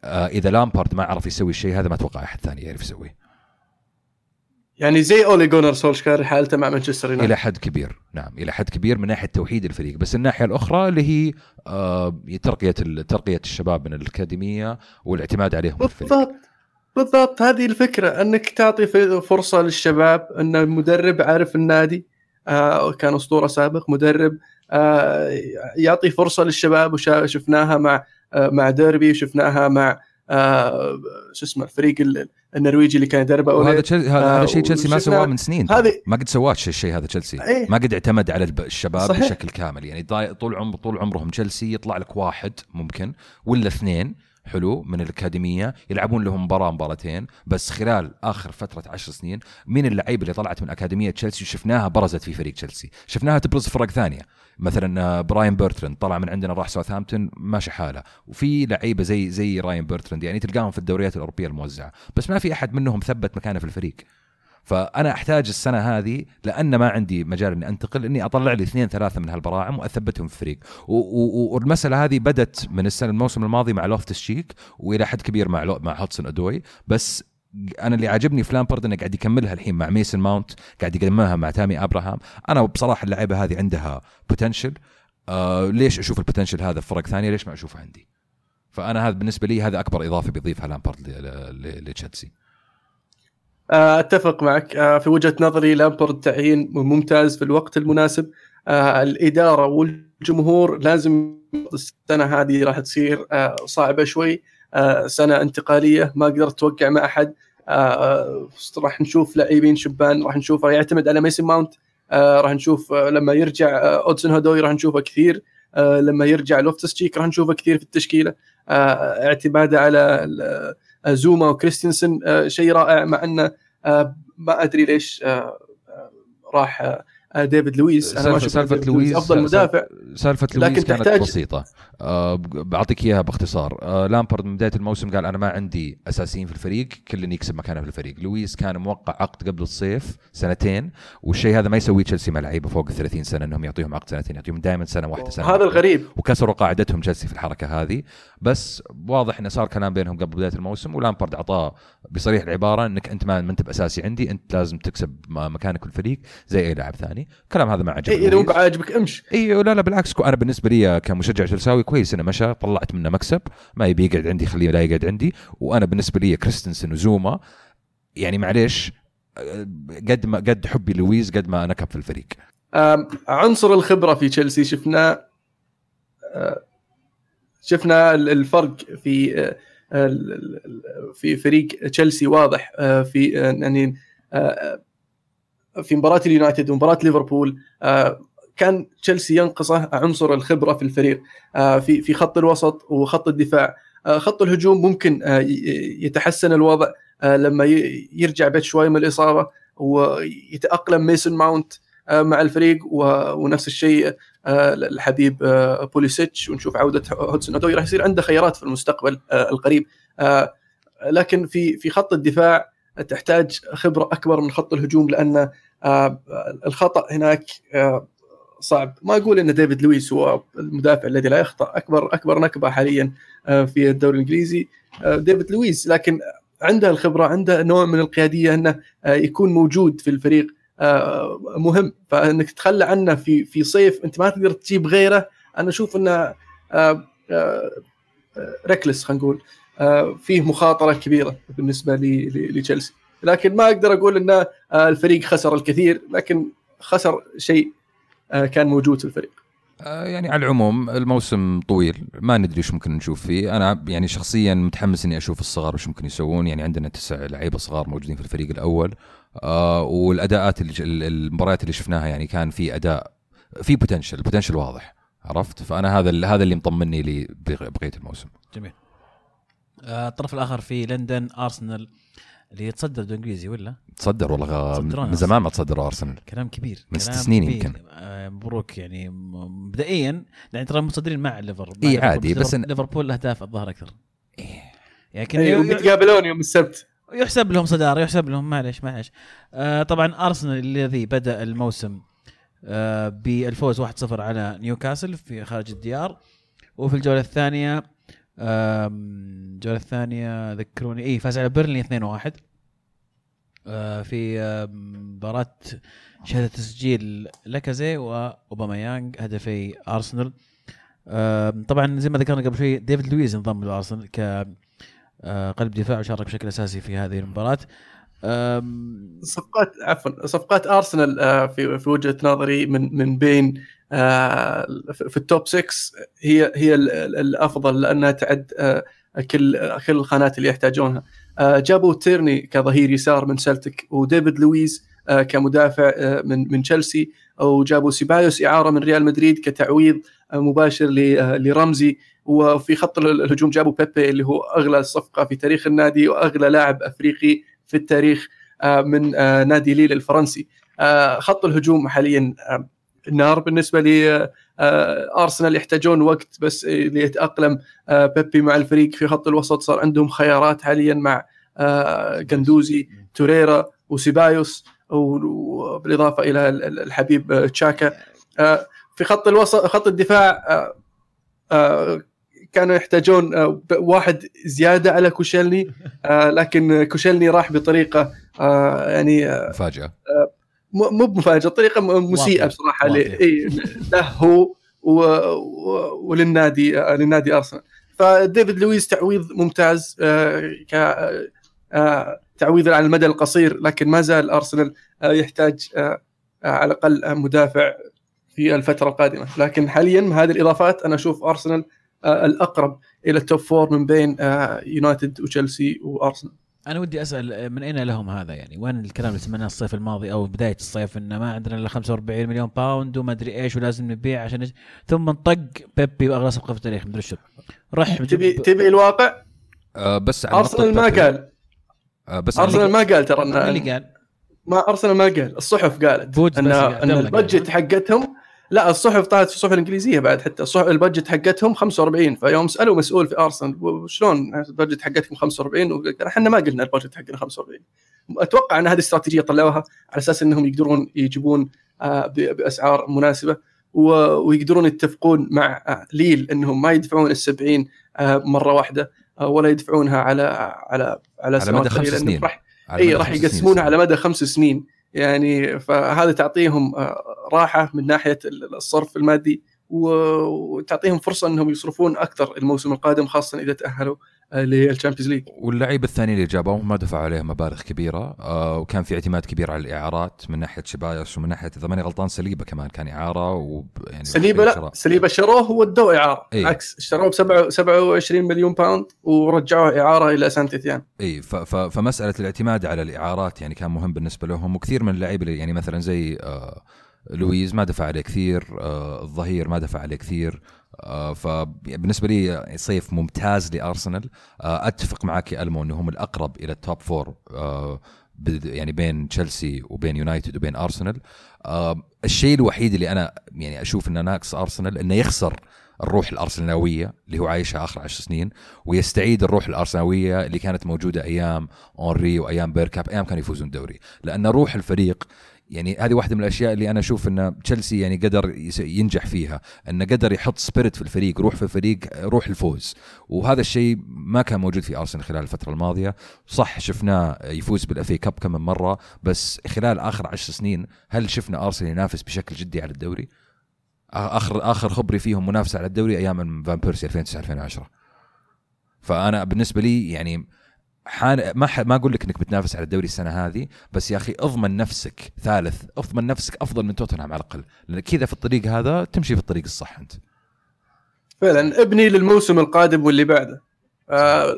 آه اذا لامبارد ما عرف يسوي الشيء هذا ما اتوقع احد ثاني يعرف يسويه. يعني زي اولي جونر سولشكار حالته مع مانشستر يونايتد الى حد كبير. نعم الى حد كبير من ناحيه توحيد الفريق. بس الناحيه الاخرى اللي هي آه ترقيه ترقيه الشباب من الاكاديميه والاعتماد عليهم في الفريق. بالضبط بالضبط هذه الفكره، انك تعطي فرصه للشباب، ان المدرب عارف النادي، آه كان اسطوره سابق مدرب، آه يعطي فرصه للشباب، وشفناها مع آه مع ديربي، وشفناها مع آه شو اسمه الفريق النرويجي اللي كان يدربه. وهذا تشل... هذا آه شيء تشيلسي ما سواه من سنين. هذه... ما قد سواه الشيء هذا تشيلسي. ايه؟ ما قد اعتمد على الشباب صحيح. بشكل كامل. يعني طول عمر طول عمرهم تشيلسي يطلع لك واحد ممكن ولا اثنين حلو من الأكاديمية يلعبون لهم مباراة مباراتين بس. خلال آخر فترة عشر سنين مين اللعيبة اللي طلعت من أكاديمية تشيلسي وشفناها برزت في فريق تشيلسي؟ شفناها تبرز فرق ثانية، مثلا براين بيرتراند طلع من عندنا راح ساوثهامبتون ماشي حاله، وفي لعيبة زي زي راين بيرتراند يعني تلقاهم في الدوريات الأوروبية الموزعة، بس ما في أحد منهم ثبت مكانه في الفريق. فأنا أحتاج السنة هذه لأن ما عندي مجال إني أنتقل إني أطلع لي اثنين ثلاثة من هالبراعم وأثبتهم في الفريق. والمسألة هذه بدت من السنة الموسم الماضي مع لوفتس شيك وإلى حد كبير مع لو... مع هودسون أدوي. بس أنا اللي عجبني في لامبارد إنه قاعد يكملها الحين مع ميسن ماونت، قاعد يقدمها مع تامي أبراهام. أنا بصراحة اللعيبة هذه عندها بوتنشل. آه ليش أشوف البوتنشل هذا في فرق ثانية؟ ليش ما أشوفه عندي؟ فأنا هذا بالنسبة لي هذا أكبر إضافة بيضيفها لامبارد لتشيلسي. أتفق معك في وجهة نظري. لامبارد تعيين ممتاز في الوقت المناسب. الإدارة والجمهور لازم، السنة هذه راح تصير صعبة شوي، سنة انتقالية ما قدرت توقع مع أحد. راح نشوف لاعبين شبان، راح نشوف يعتمد على ميسن ماونت، راح نشوف لما يرجع أودسون هودوي راح نشوفه كثير، لما يرجع لوفتس تشيك راح نشوفه كثير في التشكيلة. اعتماده على زوما وكريستنسن شيء رائع، مع أنه ما أدري ليش راح ديفيد لويس. أنا ما أشوف لويس أفضل مدافع. سالفة لويس كانت تحتاج... بسيطة. أه بعطيك إياها باختصار. أه لامبارد من بداية الموسم قال أنا ما عندي أساسيين في الفريق، كل يكسب مكانه في الفريق. لويس كان موقع عقد قبل الصيف سنتين، والشيء هذا ما يسويه تشيلسي مع لعيبة فوق الثلاثين سنة أنهم يعطيهم عقد سنتين، يعطيهم دائما سنة واحدة سنة. هذا الغريب، وكسروا قاعدتهم تشيلسي في الحركة هذه. بس واضح إنه صار كلام بينهم قبل بداية الموسم، ولامبارد عطاه بصريح العبارة إنك أنت ما أنت بأساسي عندي، أنت لازم تكسب مكانك في الفريق زي أي لاعب ثاني. كلام هذا ما عجبني. إيه لو بعجبك امش. إيه لا لا بالعكس، أنا بالنسبة لي كمشجع تشيلساوي كويس إنه مشى، طلعت منه مكسب، ما يبي يقعد عندي خليه لا يقعد عندي. وأنا بالنسبة لي كريستنسن وزوما يعني معليش قد ما قد حبي لويس قد ما أنا كب في الفريق. عنصر الخبرة في تشيلسي شفنا شفنا الفرق في في فريق تشيلسي واضح في يعني في مباراة اليونايتد ومباراة ليفربول. كان تشيلسي ينقصه عنصر الخبرة في الفريق في في خط الوسط وخط الدفاع. خط الهجوم ممكن يتحسن الوضع لما يرجع بيت شوي من الإصابة ويتأقلم ميسن ماونت مع الفريق، ونفس الشيء الحبيب بوليسيتش، ونشوف عودة هودسون أودوي. راح يصير عنده خيارات في المستقبل القريب. لكن في في خط الدفاع تحتاج خبرة أكبر من خط الهجوم، لأن الخطأ هناك صعب. ما أقول أن ديفيد لويس هو المدافع الذي لا يخطأ، أكبر أكبر نكبة حاليا في الدوري الإنجليزي ديفيد لويس، لكن عنده الخبرة، عنده نوع من القيادية، أنه يكون موجود في الفريق مهم. فأنك تتخلى عنه في في صيف أنت ما تقدر تجيب غيره، أنا أشوف أنه ريكلس، خلينا نقول فيه مخاطرة كبيرة بالنسبة لتشيلسي. لكن ما أقدر أقول أن الفريق خسر الكثير، لكن خسر شيء كان موجود في الفريق. يعني على العموم الموسم طويل، ما ندري ايش ممكن نشوف فيه. انا يعني شخصيا متحمس اني اشوف الصغار وش ممكن يسوون. يعني عندنا تسع لعيبه صغار موجودين في الفريق الاول، آه والاداءات اللي المباريات اللي شفناها يعني كان في اداء في بوتنشل بوتنشل واضح، عرفت. فانا هذا هذا اللي مطمني لي بقيه الموسم. جميل. آه الطرف الاخر في لندن ارسنال اللي يتصدر الانجليزي ولا تصدر والله من زمان ما تصدر ارسنال، كلام كبير من ست سنين يمكن. آه مبروك يعني مبدئيا، يعني ترى متصدرين مع ليفربول. اي عادي، بس ليفربول الاهداف الظاهر اكثر. إيه. يعني أيوة بيتقابلون يوم السبت، يحسب لهم صداره، يحسب لهم معلش معلش. آه طبعا ارسنال الذي بدا الموسم آه بالفوز واحد صفر على نيوكاسل في خارج الديار، وفي الجوله الثانيه الجوله الثانيه ذكروني اي فاز على بيرنلي اثنين واحد في مباراة شهادة تسجيل لاكازي وأوباميانغ هدفي أرسنال. طبعا زي ما ذكرنا قبل شوي ديفيد لويز انضم لأرسنال كقلب دفاع وشارك بشكل أساسي في هذه المباراة. صفقات عفوا صفقات أرسنال في في وجهة نظري من من بين في التوب ستة هي هي الأفضل لأنها تعد كل كل الخانات اللي يحتاجونها. جابوا تيرني كظهير يسار من سلتك وديفيد لويز كمدافع من من تشيلسي، أو جابوا سيبايوس إعارة من ريال مدريد كتعويض مباشر لرمزي. وفي خط الهجوم جابوا بيبي اللي هو أغلى صفقة في تاريخ النادي وأغلى لاعب أفريقي في التاريخ من نادي ليل الفرنسي. خط الهجوم حاليا النار بالنسبة لي. أرسنال يحتاجون وقت بس ليتأقلم بيبي مع الفريق. في خط الوسط صار عندهم خيارات حاليا مع جندوزي توريرا وسيبايوس وبالإضافة إلى الحبيب تشاكا. في خط الوسط خط الدفاع كانوا يحتاجون واحد زيادة على كوشيلني، لكن كوشيلني راح بطريقة يعني مفاجأة، مو بمفاجأة، طريقة مسيئة بصراحة له هو وللنادي للنادي أرسنال. فديفيد لويس تعويض ممتاز كتعويض على المدى القصير، لكن ما زال أرسنال يحتاج على الأقل مدافع في الفترة القادمة. لكن حاليا هذه الإضافات أنا أشوف أرسنال الأقرب إلى التوب فور من بين يونايتد وتشيلسي وأرسنال. أنا ودي أسأل من أين لهم هذا؟ يعني وين الكلام اللي سمعناه الصيف الماضي أو بداية الصيف إن ما عندنا إلا خمسة وأربعين مليون باوند وما أدري إيش ولازم نبيع عشان نج... ثم نطق بيبي وأغلى صفقة في التاريخ مدري شو. رح تبي تبي الواقع. أه بس أرسنال ما قال أه بس أرسنال ما قال ترى إن اللي قال ما أرسنال ما قال، الصحف قالت أن أن البادجت حقتهم، لا الصحف طلعت في الصحف الإنجليزية بعد، حتى الصحف البادجت حقتهم خمسة وأربعين. فيوم سألوا مسؤول في أرسنال شلون البادجت حقتكم خمسة وأربعين، وقال إحنا ما قلنا البادجت حقنا خمسة وأربعين. أتوقع أن هذه استراتيجية طلعوها على أساس أنهم يقدرون يجيبون بأسعار مناسبة ويقدرون يتفقون مع ليل أنهم ما يدفعون السبعين مرة واحدة ولا يدفعونها على على على, على مدى خمس سنين. راح أي راح يقسمونها على مدى خمس سنين يعني. فهذا تعطيهم راحة من ناحية الصرف المادي وتعطيهم فرصة أنهم يصرفون أكثر الموسم القادم، خاصة إذا تأهلوا للشامبيونز ليج. واللعيبة الثانيين اللي جابوهم ما دفعوا عليهم مبالغ كبيرة، آه وكان في اعتماد كبير على الإعارات من ناحية شبايوس ومن ناحية إذا ماني غلطان سليبة كمان كان إعارة و يعني سليبة لا سليبة شروه ودوه إعارة. إيه؟ عكس اشتروه بسبعة سبعة وعشرين مليون باوند ورجعوه إعارة إلى سانتيتيان. إيه فمسألة الاعتماد على الإعارات يعني كان مهم بالنسبة لهم. وكثير من اللعيبة يعني مثلا زي آه لويز ما دفع عليه كثير، آه الظهير ما دفع عليه كثير. آه فبالنسبة لي صيف ممتاز لأرسنال. آه أتفق معك يا ألمو أنهم الأقرب إلى التوب فور، آه يعني بين تشيلسي وبين يونايتد وبين أرسنال. آه الشيء الوحيد اللي أنا يعني أشوف أنه ناقص أرسنال أنه يخسر الروح الأرسنالوية اللي هو عايشها آخر عشر سنين، ويستعيد الروح الأرسنالوية اللي كانت موجودة أيام أونري وأيام بيركاب، أيام كانوا يفوزون دوري. لأن روح الفريق يعني هذه واحدة من الأشياء اللي أنا أشوف أن تشيلسي يعني قدر ينجح فيها، أنه قدر يحط سبيريت في الفريق، روح في الفريق، روح الفوز. وهذا الشيء ما كان موجود في أرسنال خلال الفترة الماضية. صح شفناه يفوز بالأفي كاب كم مرة، بس خلال آخر عشر سنين هل شفنا أرسنال ينافس بشكل جدي على الدوري؟ آخر آخر خبري فيهم منافسة على الدوري أيام فان بيرسي ألفين وتسعة ألفين وعشرة. فأنا بالنسبة لي يعني حان ما ح... ما أقول لك إنك بتنافس على الدوري السنة هذه، بس يا أخي أضمن نفسك ثالث، أضمن نفسك أفضل من توتنهام على الأقل، لأن كذا في الطريق هذا تمشي في الطريق الصح. أنت فعلا ابني للموسم القادم واللي بعده. آه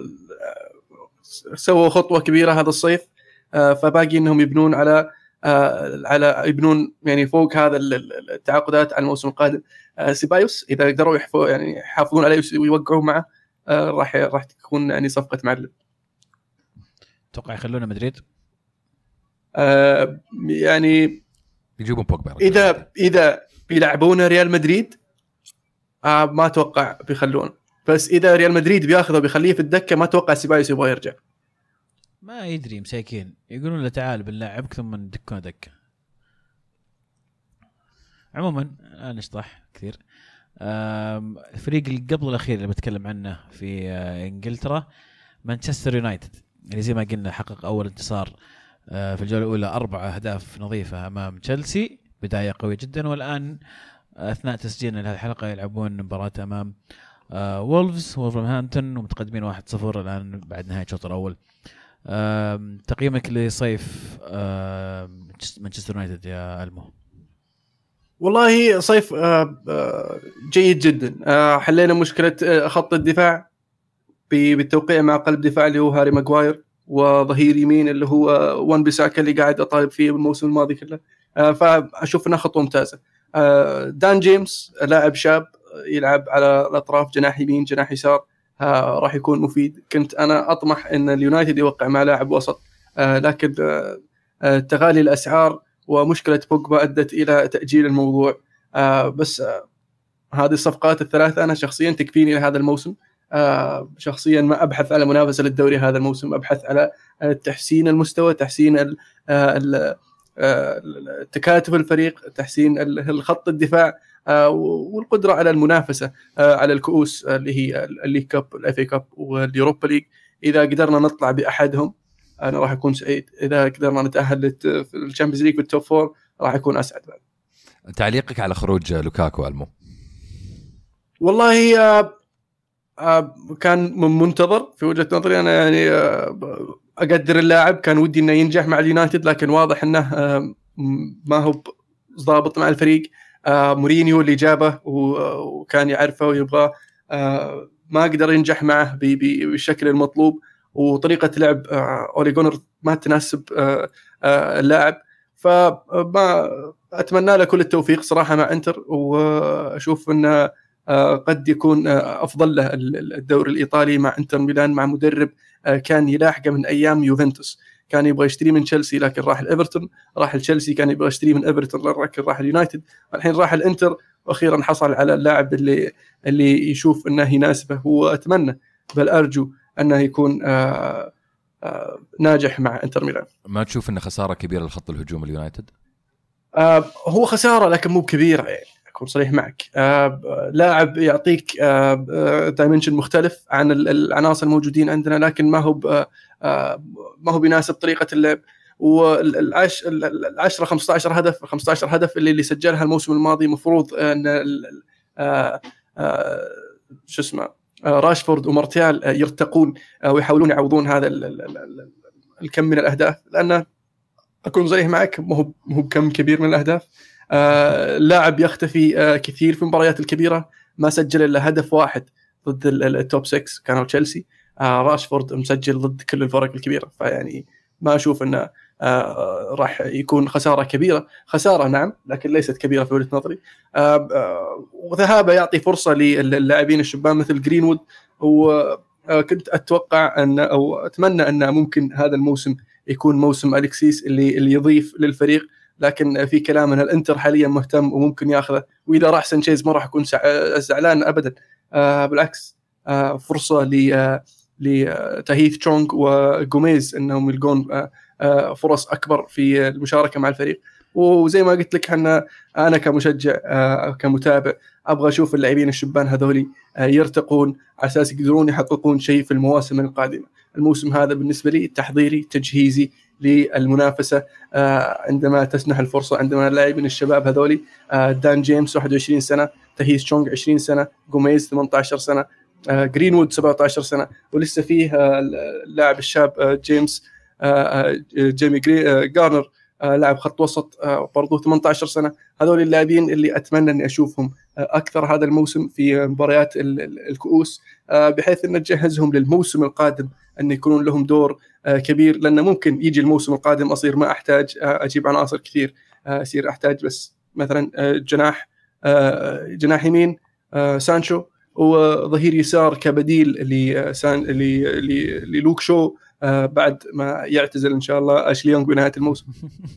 سووا خطوة كبيرة هذا الصيف، آه فباقي إنهم يبنون على آه على يبنون يعني فوق هذا التعاقدات على الموسم القادم. آه سيبايوس إذا قدروا يحفظوا يعني يحافظون عليه ويوقعوا معه، آه راح راح تكون يعني صفقة معلم. توقع يخلونا مدريد؟ آه يعني يجيبون بوجبا إذا إذا بيلعبون ريال مدريد آه ما أتوقع بيخلون، بس إذا ريال مدريد بياخذه بيخليه في الدكة ما أتوقع سيبايوس يبغى يرجع. ما يدري مساكين يقولون له تعال بنلعبك ثم ندكونه دكة. عموما لا نشطح كثير. الفريق اللي قبل الاخير اللي بتكلم عنه في انجلترا مانشستر يونايتد، اللي زي ما قلنا حقق اول انتصار في الجوله الاولى، اربع اهداف نظيفه امام تشيلسي، بدايه قويه جدا. والان اثناء تسجيلنا لهذه الحلقه يلعبون مباراه امام وولفز وولفرهامبتون ومتقدمين واحد صفر الان بعد نهايه الشوط الاول. تقييمك لصيف مانشستر يونايتد يا المو؟ والله صيف جيد جدا. حلينا مشكله خط الدفاع بالتوقيع مع قلب دفاع اللي هو هاري ماغواير، وظهير يمين اللي هو وان بيساكا اللي قاعد اطالب فيه الموسم الماضي كله. فاشوف انها خطوه ممتازه. دان جيمس لاعب شاب يلعب على الاطراف، جناح يمين جناح يسار، راح يكون مفيد. كنت انا اطمح ان اليونايتد يوقع مع لاعب وسط، لكن تغالي الاسعار ومشكله بوجبا ادت الى تاجيل الموضوع. بس هذه الصفقات الثلاثه انا شخصيا تكفيني لهذا الموسم. شخصيا ما ابحث على منافسه للدوري هذا الموسم، ابحث على تحسين المستوى، تحسين تكاتف الفريق، تحسين الخط الدفاع، والقدره على المنافسه على الكؤوس اللي هي الليج كاب، الاف اي كاب واليوروبا ليج. اذا قدرنا نطلع باحدهم انا راح اكون سعيد، اذا قدرنا نتاهل في الشامبيونز ليج بالتوب فور راح اكون اسعد بعد. تعليقك على خروج لوكاكو المو؟ والله كان منتظر في وجهة نظري أنا، يعني أقدر اللاعب، كان ودي إنه ينجح مع اليونايتد، لكن واضح إنه ما هو ضابط مع الفريق. مورينيو اللي جابه وكان يعرفه ويبغاه ما قدر ينجح معه بالشكل المطلوب، وطريقة لعب أولي جونر ما تناسب اللاعب. فما أتمنى له كل التوفيق صراحة مع إنتر، وأشوف إنه قد يكون أفضل له الدوري الإيطالي مع إنتر ميلان، مع مدرب كان يلاحقه من أيام يوفنتوس، كان يبغى يشتري من تشيلسي لكن راح الإيفرتون، راح لتشيلسي كان يبغى يشتري من إيفرتون لكن راح اليونايتد، والحين راح الإنتر، وأخيرا حصل على اللاعب اللي اللي يشوف أنه يناسبه. وأتمنى بل أرجو أنه يكون آآ آآ ناجح مع إنتر ميلان. ما تشوف أنه خسارة كبيرة لخط الهجوم اليونايتد؟ هو خسارة لكن مو كبيرة، يعني أكون صريح معك. آه لاعب يعطيك آه دايمنشن مختلف عن العناصر الموجودين عندنا، لكن ما هو آه ما هو بيناسب طريقة اللعب. والعش العشرة خمسة عشر هدف خمسة عشر هدف اللي اللي سجلها الموسم الماضي مفروض أن آه آه شو اسمه آه راشفورد ومارتيال يرتقون آه ويحاولون يعوضون هذا الكم من الأهداف، لأنه أكون صريح معك مو مو كم كبير من الأهداف. آه لاعب يختفي آه كثير في المباريات الكبيرة، ما سجل إلا هدف واحد ضد التوب ستة كانوا تشيلسي. آه راشفورد مسجل ضد كل الفرق الكبيرة، فيعني ما أشوف أنه آه راح يكون خسارة كبيرة. خسارة نعم لكن ليست كبيرة في وجهة نظري. آه آه وذهابه يعطي فرصة للاعبين الشبان مثل جرينوود، وكنت أتوقع أن أو أتمنى أن ممكن هذا الموسم يكون موسم أليكسيس اللي اللي يضيف للفريق، لكن في كلام أن الانتر حاليا مهتم وممكن ياخذه، وإذا راح سانشيز ما راح أكون زعلان أبدا. آه بالعكس آه فرصة ل لتهيث تشونغ وغوميز أنهم يلقون آه آه فرص أكبر في المشاركة مع الفريق. وزي ما قلت لك أنا أنا كمشجع آه كمتابع أبغى أشوف اللاعبين الشبان هذولي آه يرتقون على أساس يقدرون يحققون شيء في المواسم القادمة. الموسم هذا بالنسبة لي تحضيري تجهيزي للمنافسة آه عندما تسنح الفرصة، عندما اللاعبين الشباب هذولي آه دان جيمس واحد وعشرين سنة، تهيث تشونغ عشرين سنة، غوميز ثمانية عشر سنة، آه جرينوود سبعة عشر سنة، ولسه فيه آه اللاعب الشاب آه جيمس آه جيمي آه غارنر آه لاعب خط وسط آه برضو ثمانية عشر سنة. هذول اللاعبين اللي أتمنى أني أشوفهم آه أكثر هذا الموسم في مباريات الكؤوس، آه بحيث أن نجهزهم للموسم القادم أن يكونون لهم دور آه كبير، لأن ممكن يجي الموسم القادم أصير ما أحتاج آه أجيب عناصر كثير، آه أصير أحتاج بس مثلا آه جناح آه جناح يمين آه سانشو، وظهير يسار كبديل لسان للوك شو آه بعد ما يعتزل إن شاء الله أشلي يونغ بنهاية الموسم.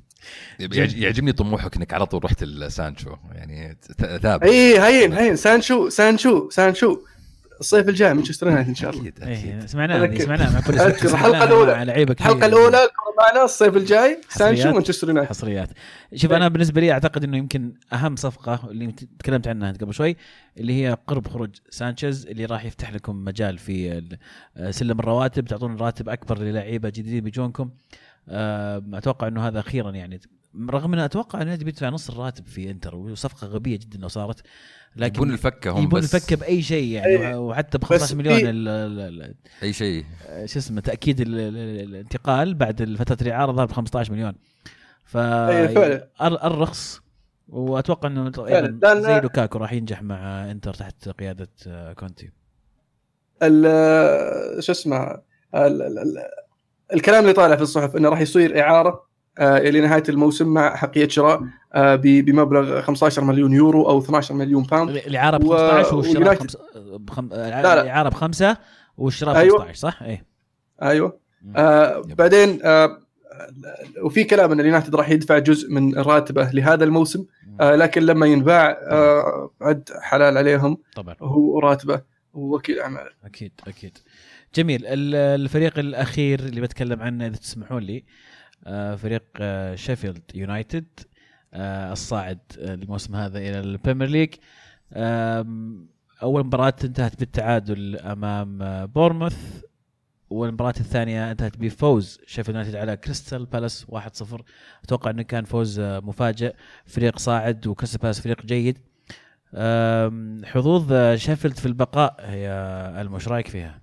يعجبني طموحك إنك على طول رحت لسانشو، يعني ثابت. إيه هين هين سانشو سانشو سانشو الصيف الجاي مانشستر يونايتد ان شاء الله. ايه سمعناه سمعناه مع كل الحلقه الاولى الحلقه الاولى معنا الصيف الجاي سانشو مانشستر يونايتد حصريات. شوف انا بالنسبه لي اعتقد انه يمكن اهم صفقه اللي تكلمت عنها قبل شوي اللي هي قرب خروج سانشيز اللي راح يفتح لكم مجال في سلم الرواتب، تعطون راتب اكبر للاعيبه جديدين بيجونكم. اتوقع انه هذا اخيرا يعني، رغم ان اتوقع انه بيدفع نص الراتب في انتر وصفقه غبيه جدا لو صارت، لكن يبون الفكه هم يبون بس الفكه باي شيء يعني، وحتى ب خمسة عشر مليون ال ال اي شيء شو اسمه تاكيد الانتقال بعد فتره الاعاره ظهر ب خمسة عشر مليون، فالرخص. واتوقع انه زي لوكاكو راح ينجح مع انتر تحت قياده كونتي. شو اسمه الكلام اللي طالع في الصحف انه راح يصير اعاره الى نهايه الموسم مع حقيه شراء بمبلغ خمسة عشر مليون يورو او اثنا عشر مليون باوند. الاعاره ب خمسة عشر والشراء بخمس... بخم... الاعاره بخمسة والشراء ب أيوة. خمسة عشر صح؟ ايه ايوه آه بعدين آه وفي كلام ان اليونايتد راح يدفع جزء من راتبه لهذا الموسم، آه لكن لما ينباع آه عد حلال عليهم طبعا هو راتبه ووكيل اعمال. اكيد اكيد. جميل. الفريق الاخير اللي بتكلم عنه اذا تسمحون لي فريق شيفيلد يونايتد الصاعد الموسم هذا الى البريمير ليج. اول مباراه انتهت بالتعادل امام بورموث، والمباراه الثانيه انتهت بفوز شيفيلد يونايتد على كريستال بالاس واحد صفر. اتوقع انه كان فوز مفاجئ، فريق صاعد وكريستال بالاس فريق جيد. حظوظ شيفيلد في البقاء هي المش رايك فيها؟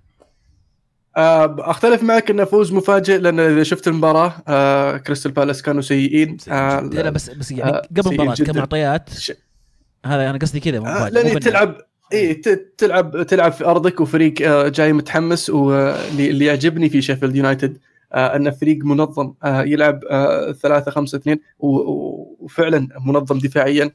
اختلف معك انه فوز مفاجئ، لان اذا شفت المباراه آه كريستال بالاس كانوا سيئين. آه لا بس بس يعني آه قبل المباراه كمعطيات ش... هذا انا قصدي كذا آه لاني تلعب اي تلعب تلعب في ارضك وفريق آه جاي متحمس. واللي يعجبني في شيفيلد يونايتد آه انه فريق منظم، آه يلعب آه ثلاثة خمسة اثنين وفعلا منظم دفاعيا،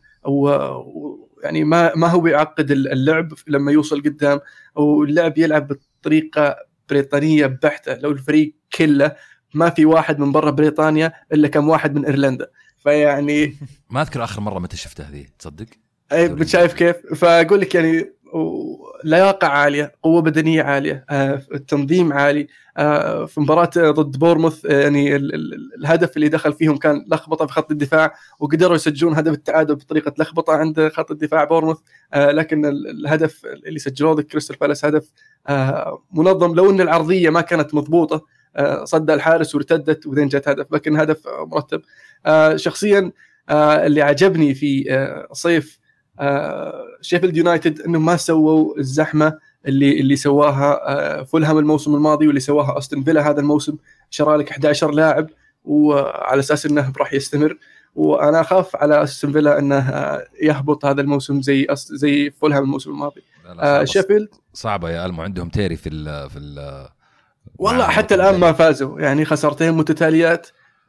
ويعني ما ما هو يعقد اللعب لما يوصل قدام، واللعب يلعب بطريقه بريطانية بحتة. لو الفريق كله ما في واحد من برا بريطانيا إلا كم واحد من إيرلندا، فيعني ما أذكر آخر مرة متى شفتها هذه تصدق؟ أي بتشايف كيف؟ فأقول لك يعني لياقة عالية، قوة بدنية عالية، التنظيم عالي. في مباراة ضد بورموث يعني الهدف اللي دخل فيهم كان لخبطة في خط الدفاع، وقدروا يسجلون هدف التعادل بطريقة لخبطة عند خط الدفاع بورموث. لكن الهدف اللي سجلوه ضد كريستال بالاس هدف منظم، لو ان العرضيه ما كانت مضبوطه صد الحارس وارتدت وذين جت هدف، لكن هدف مرتب. شخصيا اللي عجبني في صيف شيفيلد يونايتد انه ما سووا الزحمه اللي اللي سواها فولهام الموسم الماضي واللي سواها أستون فيلا هذا الموسم. شرى لك أحد عشر لاعب وعلى اساس انه راح يستمر، وانا اخاف على أستون فيلا انه يهبط هذا الموسم زي زي فولهام الموسم الماضي. آه شيفيلد صعبه يا المو، عندهم تيري في ال في ال والله حتى الان ما فازوا، يعني خسارتين متتاليات،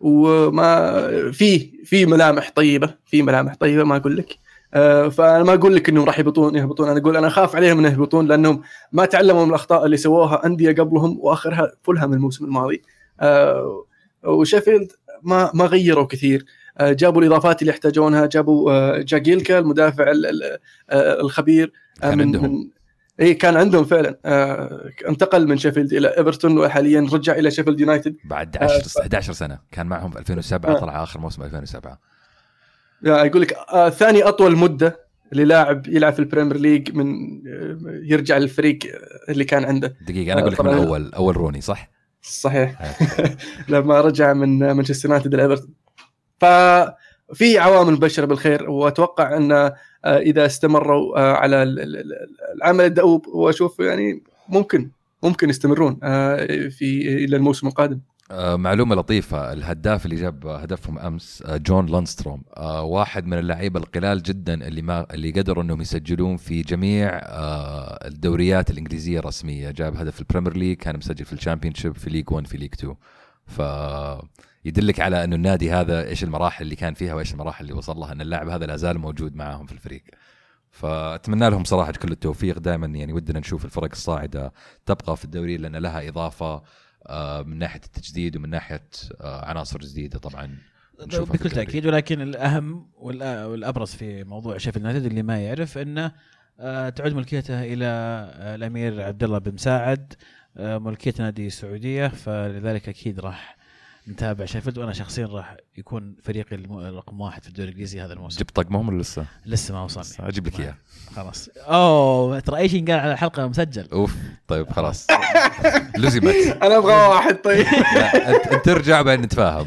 وما في في ملامح طيبه في ملامح طيبه ما اقول لك. آه فانا ما اقول لك انهم راح يهبطون يهبطون انا اقول انا اخاف عليهم انهم يهبطون، لانهم ما تعلموا من الاخطاء اللي سووها انديه قبلهم واخرها فولهام الموسم الماضي. آه وشيفيلد ما ما غيروا كثير، جابوا الإضافات اللي يحتاجونها، جابوا جاكيلكا المدافع الخبير كان من عندهم من اي كان عندهم فعلا. انتقل من شيفيلد الى ايفرتون وحاليا رجع الى شيفيلد يونايتد بعد عشرة أحد عشر سنه. كان معهم في ألفين وسبعة، طلع اخر موسم ألفين وسبعة. يقول لك ثاني اطول مده للاعب يلعب في البريمير ليج من يرجع للفريق اللي كان عنده. دقيقه انا اقول لك من اول اول روني صح صحيح لما رجع من مانشستر يونايتد الى ايفرتون. ففي عوامل مبشرة بالخير، وأتوقع أن إذا استمروا على العمل الدؤوب وأشوف يعني ممكن ممكن يستمرون في إلى الموسم القادم. معلومة لطيفة، الهداف اللي جاب هدفهم أمس جون لانستروم، واحد من اللاعبين القلال جدا اللي ما اللي قدروا أنهم يسجلون في جميع الدوريات الإنجليزية الرسمية. جاب هدف في البريمير ليج، كان مسجل في الشامبيونشيب، في ليج واحد، في ليج اثنين. ف يدلك على أنه النادي هذا إيش المراحل اللي كان فيها وإيش المراحل اللي وصل لها، أن اللاعب هذا لا زال موجود معهم في الفريق. فأتمنى لهم صراحة كل التوفيق. دائما يعني ودنا نشوف الفرق الصاعدة تبقى في الدوري، لأن لها إضافة من ناحية التجديد ومن ناحية عناصر جديدة طبعا بكل تأكيد. ولكن الأهم والأبرز في موضوع شيفيلد يونايتد اللي ما يعرف أنه تعود ملكيته إلى الأمير عبد الله بن مساعد، ملكية نادي السعودية، فلذلك أكيد راح نتابع شيفيلد، وانا شخصيا راح يكون فريقي الم- رقم واحد في الدوري الانجليزي هذا الموسم. جبت طقمهم ولا لسه؟ لسه ما وصلني، اجيب لك اياه خلاص. اوه ترى اي شيء قال على الحلقه مسجل. اوف طيب خلاص لزمت. انا ابغى واحد. طيب لا، انت انت ترجع بعد نتفاهم.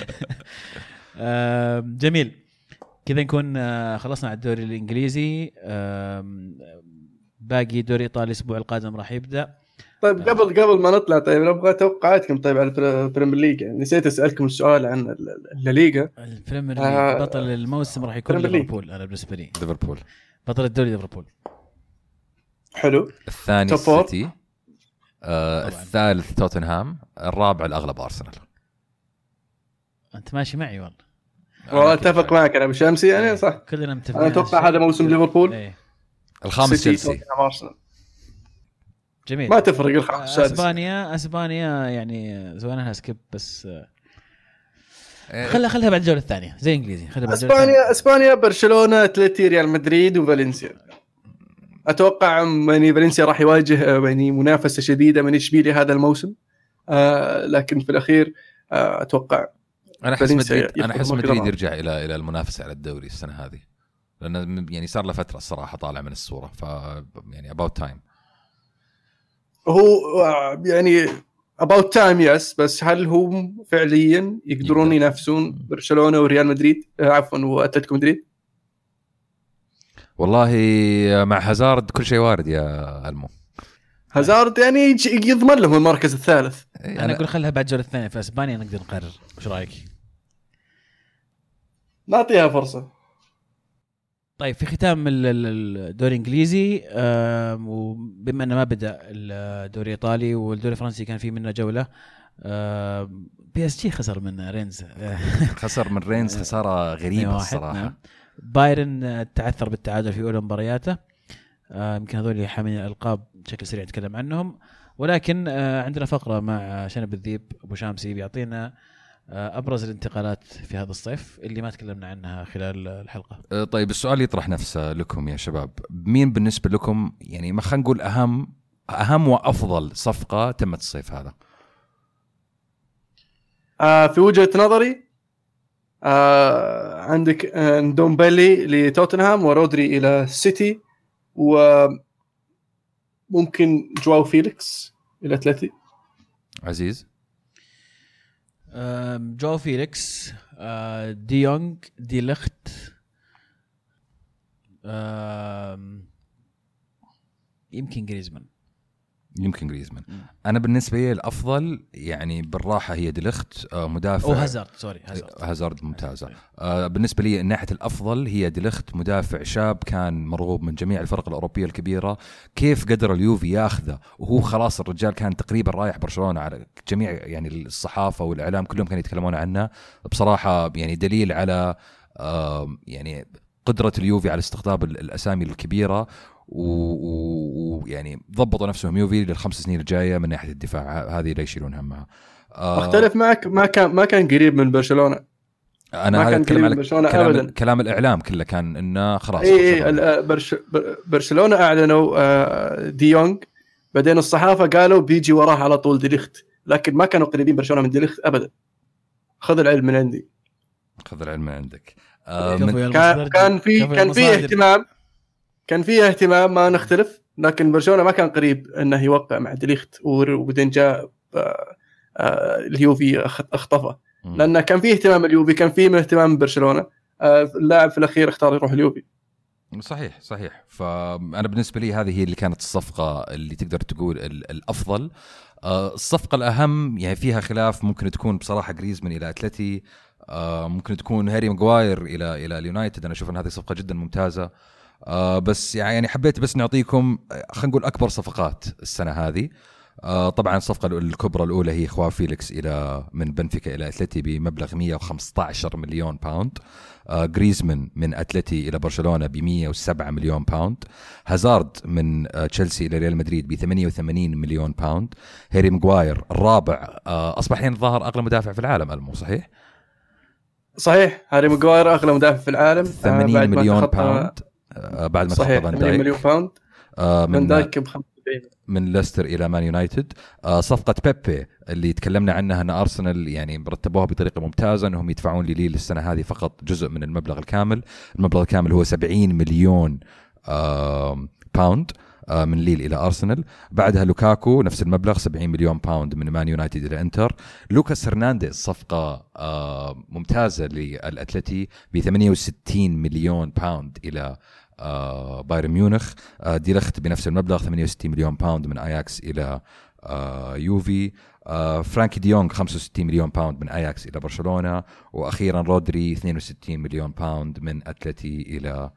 آم، جميل كذا نكون آه، خلصنا على الدوري الانجليزي. آم، باقي دوري ايطالي الاسبوع القادم راح يبدا. طيب قبل قبل ما نطلع، طيب نبغى توقعاتكم طيب على البر- البريمير ليج. يعني نسيت اسالكم السؤال عن ال- ال- الليغا. البريمير ليج آه، بطل الموسم راح يكون بريمير ليج. ليفربول. انا بالنسبه لي ليفربول بطل الدوري ليفربول. حلو. الثاني توب فور. السيتي، آه طبعاً. الثالث توتنهام، الرابع الاغلب ارسنال. انت ماشي معي والله. والله اتفق معك انا بشمسي يعني إيه، صح. كلنا متفقين. انا اتوقع هذا موسم ليفربول. إيه. الخامس سيتي، تشيلسي. توتنهام، أرسنال. جميل. ما تفرق الخامس السادس. اسبانيا اسبانيا يعني سوينا سكيب بس آه، إيه، خلها خلها بعد الجوله الثانيه زي انجليزي. خلها بعد الجولة اسبانيا اسبانيا برشلونه، اتلتي، ريال مدريد، وفالنسيا. اتوقع يعني فالنسيا راح يواجه آه، يعني منافسه شديده من اشبيليا هذا الموسم. آه لكن في الاخير آه اتوقع انا احس فالنسيا مدريد انا يفقد احس مركز مدريد رابع. يرجع الى الى المنافسه على الدوري السنه هذه، لانه يعني صار له فتره الصراحه طالع من الصوره، ف يعني about time. هو آه، يعني about time yes، بس هل هم فعليا يقدرون يقدر. ينافسون برشلونه وريال مدريد آه عفوا واتلتيكو مدريد؟ والله مع هازارد كل شيء وارد يا المو. هازارد يعني يج- يضمن لهم المركز الثالث. انا انا اقول خلها بعد الجوله الثانيه في اسبانيا نقدر نقرر. ايش رايك؟ نعطيها فرصه. طيب في ختام ال- ال- الدوري الانجليزي، آم، وبما انه ما بدا الدوري الايطالي والدوري الفرنسي كان في منه جوله، آم، بي اس جي خسر من رينز خسر من رينز خساره غريبه الصراحه. نعم. بايرن آه، تعثر بالتعادل في اولى مبارياته. آه، يمكن هذول حاملين الالقاب بشكل سريع نتكلم عنهم، ولكن آه، عندنا فقره مع شنب الذيب ابو شامسي بيعطينا آه، ابرز الانتقالات في هذا الصيف اللي ما تكلمنا عنها خلال الحلقه. أه، طيب السؤال يطرح نفسه لكم يا شباب، مين بالنسبه لكم يعني ما خلينا نقول اهم اهم وافضل صفقه تمت الصيف هذا؟ آه في وجهه نظري آه عندك آه ندومبلي لتوتنهام، ورودري الى السيتي، وممكن جواو فيليكس الى اتلتي. عزيز آم، جو فيليكس، آه، دي يونغ، دي لخت، آم، يمكن جريزمان. يمكن جريزمان. انا بالنسبه لي الافضل يعني بالراحه هي ديليخت، آه، مدافع. او هازارد سوري هازارد هازارد ممتازه. آه، بالنسبه لي الناحيه الافضل هي ديليخت، مدافع شاب كان مرغوب من جميع الفرق الاوروبيه الكبيره. كيف قدر اليوفي ياخذه وهو خلاص الرجال كان تقريبا رايح برشلونه، على جميع يعني الصحافه والاعلام كلهم كانوا يتكلمون عنه. بصراحه يعني دليل على آه، يعني قدره اليوفي على استقطاب الاسامي الكبيره، ويعني ضبطوا نفسهم يوفي للخمس سنين الجايه من ناحيه الدفاع، هذه اللي يشيلون همها. آه اختلف معك، ما كان ما كان قريب من برشلونه. انا هذا اتكلم على كلام, كلام الاعلام كله كان انه خلاص. اي اي برش برشلونه اعلنوا آه دي يونغ، بعدين الصحافه قالوا بيجي وراه على طول ديليخت، لكن ما كانوا قريبين برشلونه من ديليخت ابدا. خذ العلم من عندي. خذ العلم من عندك. آه من كان كان في كان في اهتمام كان فيه اهتمام ما نختلف، لكن برشلونه ما كان قريب انه يوقع مع ديليخت، وبعدين جاء اليوفي اخطفه، لانه كان فيه اهتمام اليوفي، كان فيه اهتمام برشلونه. اللاعب في الاخير اختار يروح اليوفي. صحيح صحيح. فانا بالنسبه لي هذه هي اللي كانت الصفقه اللي تقدر تقول الافضل. الصفقه الاهم يعني فيها خلاف، ممكن تكون بصراحه جريزمان الى اتلتي، ممكن تكون هاري ماغواير الى الى اليونايتد. انا اشوف ان هذه صفقه جدا ممتازه. آه بس يعني حبيت بس نعطيكم خلينا نقول أكبر صفقات السنة هذه. آه طبعا الصفقة الكبرى الأولى هي خواو فيليكس إلى من بنفيكا إلى أتلتي بمبلغ مية وخمسة عشر مليون باوند. آه جريزمان من أتلتي إلى برشلونة بمية وسبعة مليون باوند. هازارد من آه تشيلسي إلى ريال مدريد بثمانية وثمانين مليون باوند. هاري ماغواير الرابع آه أصبح الحين ظاهر أغلى مدافع في العالم. المو صحيح؟ صحيح، هاري ماغواير أغلى مدافع في العالم، ثمانين مليون باوند. آه بعد ما صحيح تخطى فان دايك مليون باوند. آه فان دايك ب خمسة من ليستر الى مان يونايتد. آه صفقه بيبي اللي تكلمنا عنها ان ارسنال يعني مرتبوها بطريقه ممتازه انهم يدفعون لليل السنه هذه فقط جزء من المبلغ الكامل. المبلغ الكامل هو سبعين مليون آه باوند آه من ليل الى ارسنال. بعدها لوكاكو نفس المبلغ سبعين مليون باوند من مان يونايتد الى انتر. لوكاس هرنانديز صفقه آه ممتازه للاتلتي ب ثمانية وستين مليون باوند الى آه بايرن ميونخ. آه دي لخت بنفس المبلغ ثمانية وستين مليون باوند من اياكس الى آه يوفي. آه فرانكي ديونغ خمسة وستين مليون باوند من اياكس الى برشلونة. واخيرا رودري اثنين وستين مليون باوند من اتلتي الى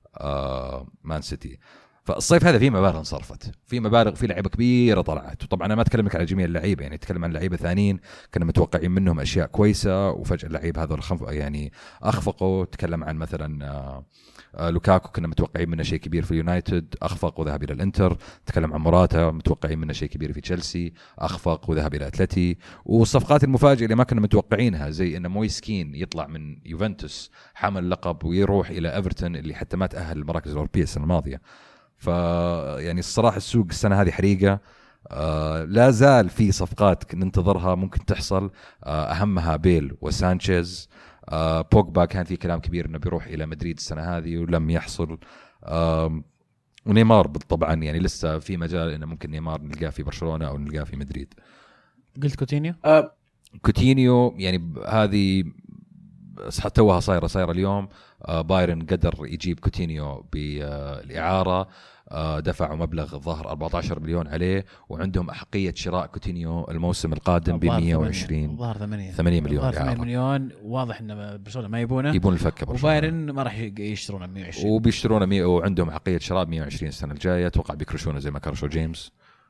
آه مان سيتي. فالصيف هذا فيه مبالغ انصرفت، في مبالغ، في لعيبه كبيره طلعت. وطبعا انا ما اتكلم لك على جميع اللعيبه، يعني اتكلم عن لعيبه ثانيين كنا متوقعين منهم اشياء كويسه وفجاه اللعيبه هذول خنف يعني اخفقوا. تكلم عن مثلا آه لوكاكو كنا متوقعين منه شيء كبير في اليونايتد اخفق وذهب الى الانتر. تكلم عن موراتا متوقعين منه شيء كبير في تشيلسي اخفق وذهب الى اتلتي. والصفقات المفاجئه اللي ما كنا متوقعينها زي ان مويسكين يطلع من يوفنتوس حامل لقب ويروح الى ايفرتون اللي حتى ما تاهل المراكز الاوروبيه السنه الماضيه. ف يعني الصراحه السوق السنه هذه حريقه. آه لا زال في صفقات ننتظرها ممكن تحصل، آه اهمها بيل وسانشيز. آه بوجبا كان في كلام كبير انه بيروح الى مدريد السنه هذه ولم يحصل. آه ونيمار طبعا يعني لسه في مجال انه ممكن نيمار نلقاه في برشلونه او نلقاه في مدريد. قلت كوتينيو آه. كوتينيو يعني هذه توها صايره صايره اليوم. آه بايرن قدر يجيب كوتينيو بالاعاره، آه دفعوا مبلغ ظهر أربعة عشر مليون عليه وعندهم أحقية شراء كوتينيو الموسم القادم ب مئة وعشرين ظهر ثمانية ثمانية مليون. ثمانية مليون واضح ان برشلونه ما يبونه، يبون الفكه برشلونه، وبايرن ما راح يشترونه مئة وعشرين وبيشترونه مئة وعندهم أحقية شراء مئة وعشرين السنه الجايه. اتوقع بيكرشونه زي ما كرشوا جيمس.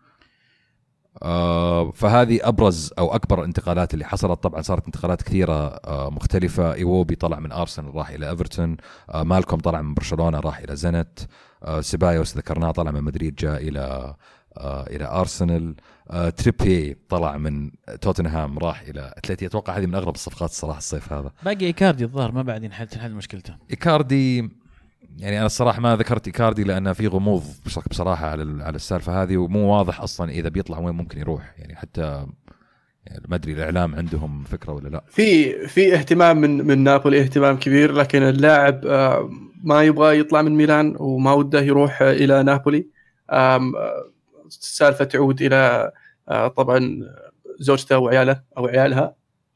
آه فهذه أبرز أو أكبر الانتقالات اللي حصلت. طبعا صارت انتقالات كثيرة آه مختلفة. إيووبي طلع من أرسنال راح إلى إيفرتون. آه مالكوم طلع من برشلونة راح إلى زنت. آه سيبايوس ذكرناه طلع من مدريد جاء إلى آه إلى أرسنال. آه تريبي طلع من توتنهام راح إلى أتلتي. أتوقع هذه من أغرب الصفقات الصراحة الصيف هذا. باقي إيكاردي الظاهر ما بعدين حل حل مشكلته. إيكاردي يعني أنا الصراحة ما ذكرت إيكاردي لأن في غموض بصراحة على على السالفة هذه ومو واضح أصلا إذا بيطلع وين ممكن يروح. يعني حتى يعني ما أدري الإعلام عندهم فكرة ولا لا. في في اهتمام من من نابولي، اهتمام كبير، لكن اللاعب ما يبغى يطلع من ميلان وما وده يروح إلى نابولي. السالفة تعود إلى طبعا زوجته وعياله أو عيالها.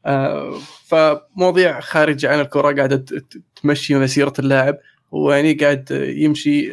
فمواضيع خارج عن الكرة قاعدة تمشي مسيرة اللاعب ويعني قاعد يمشي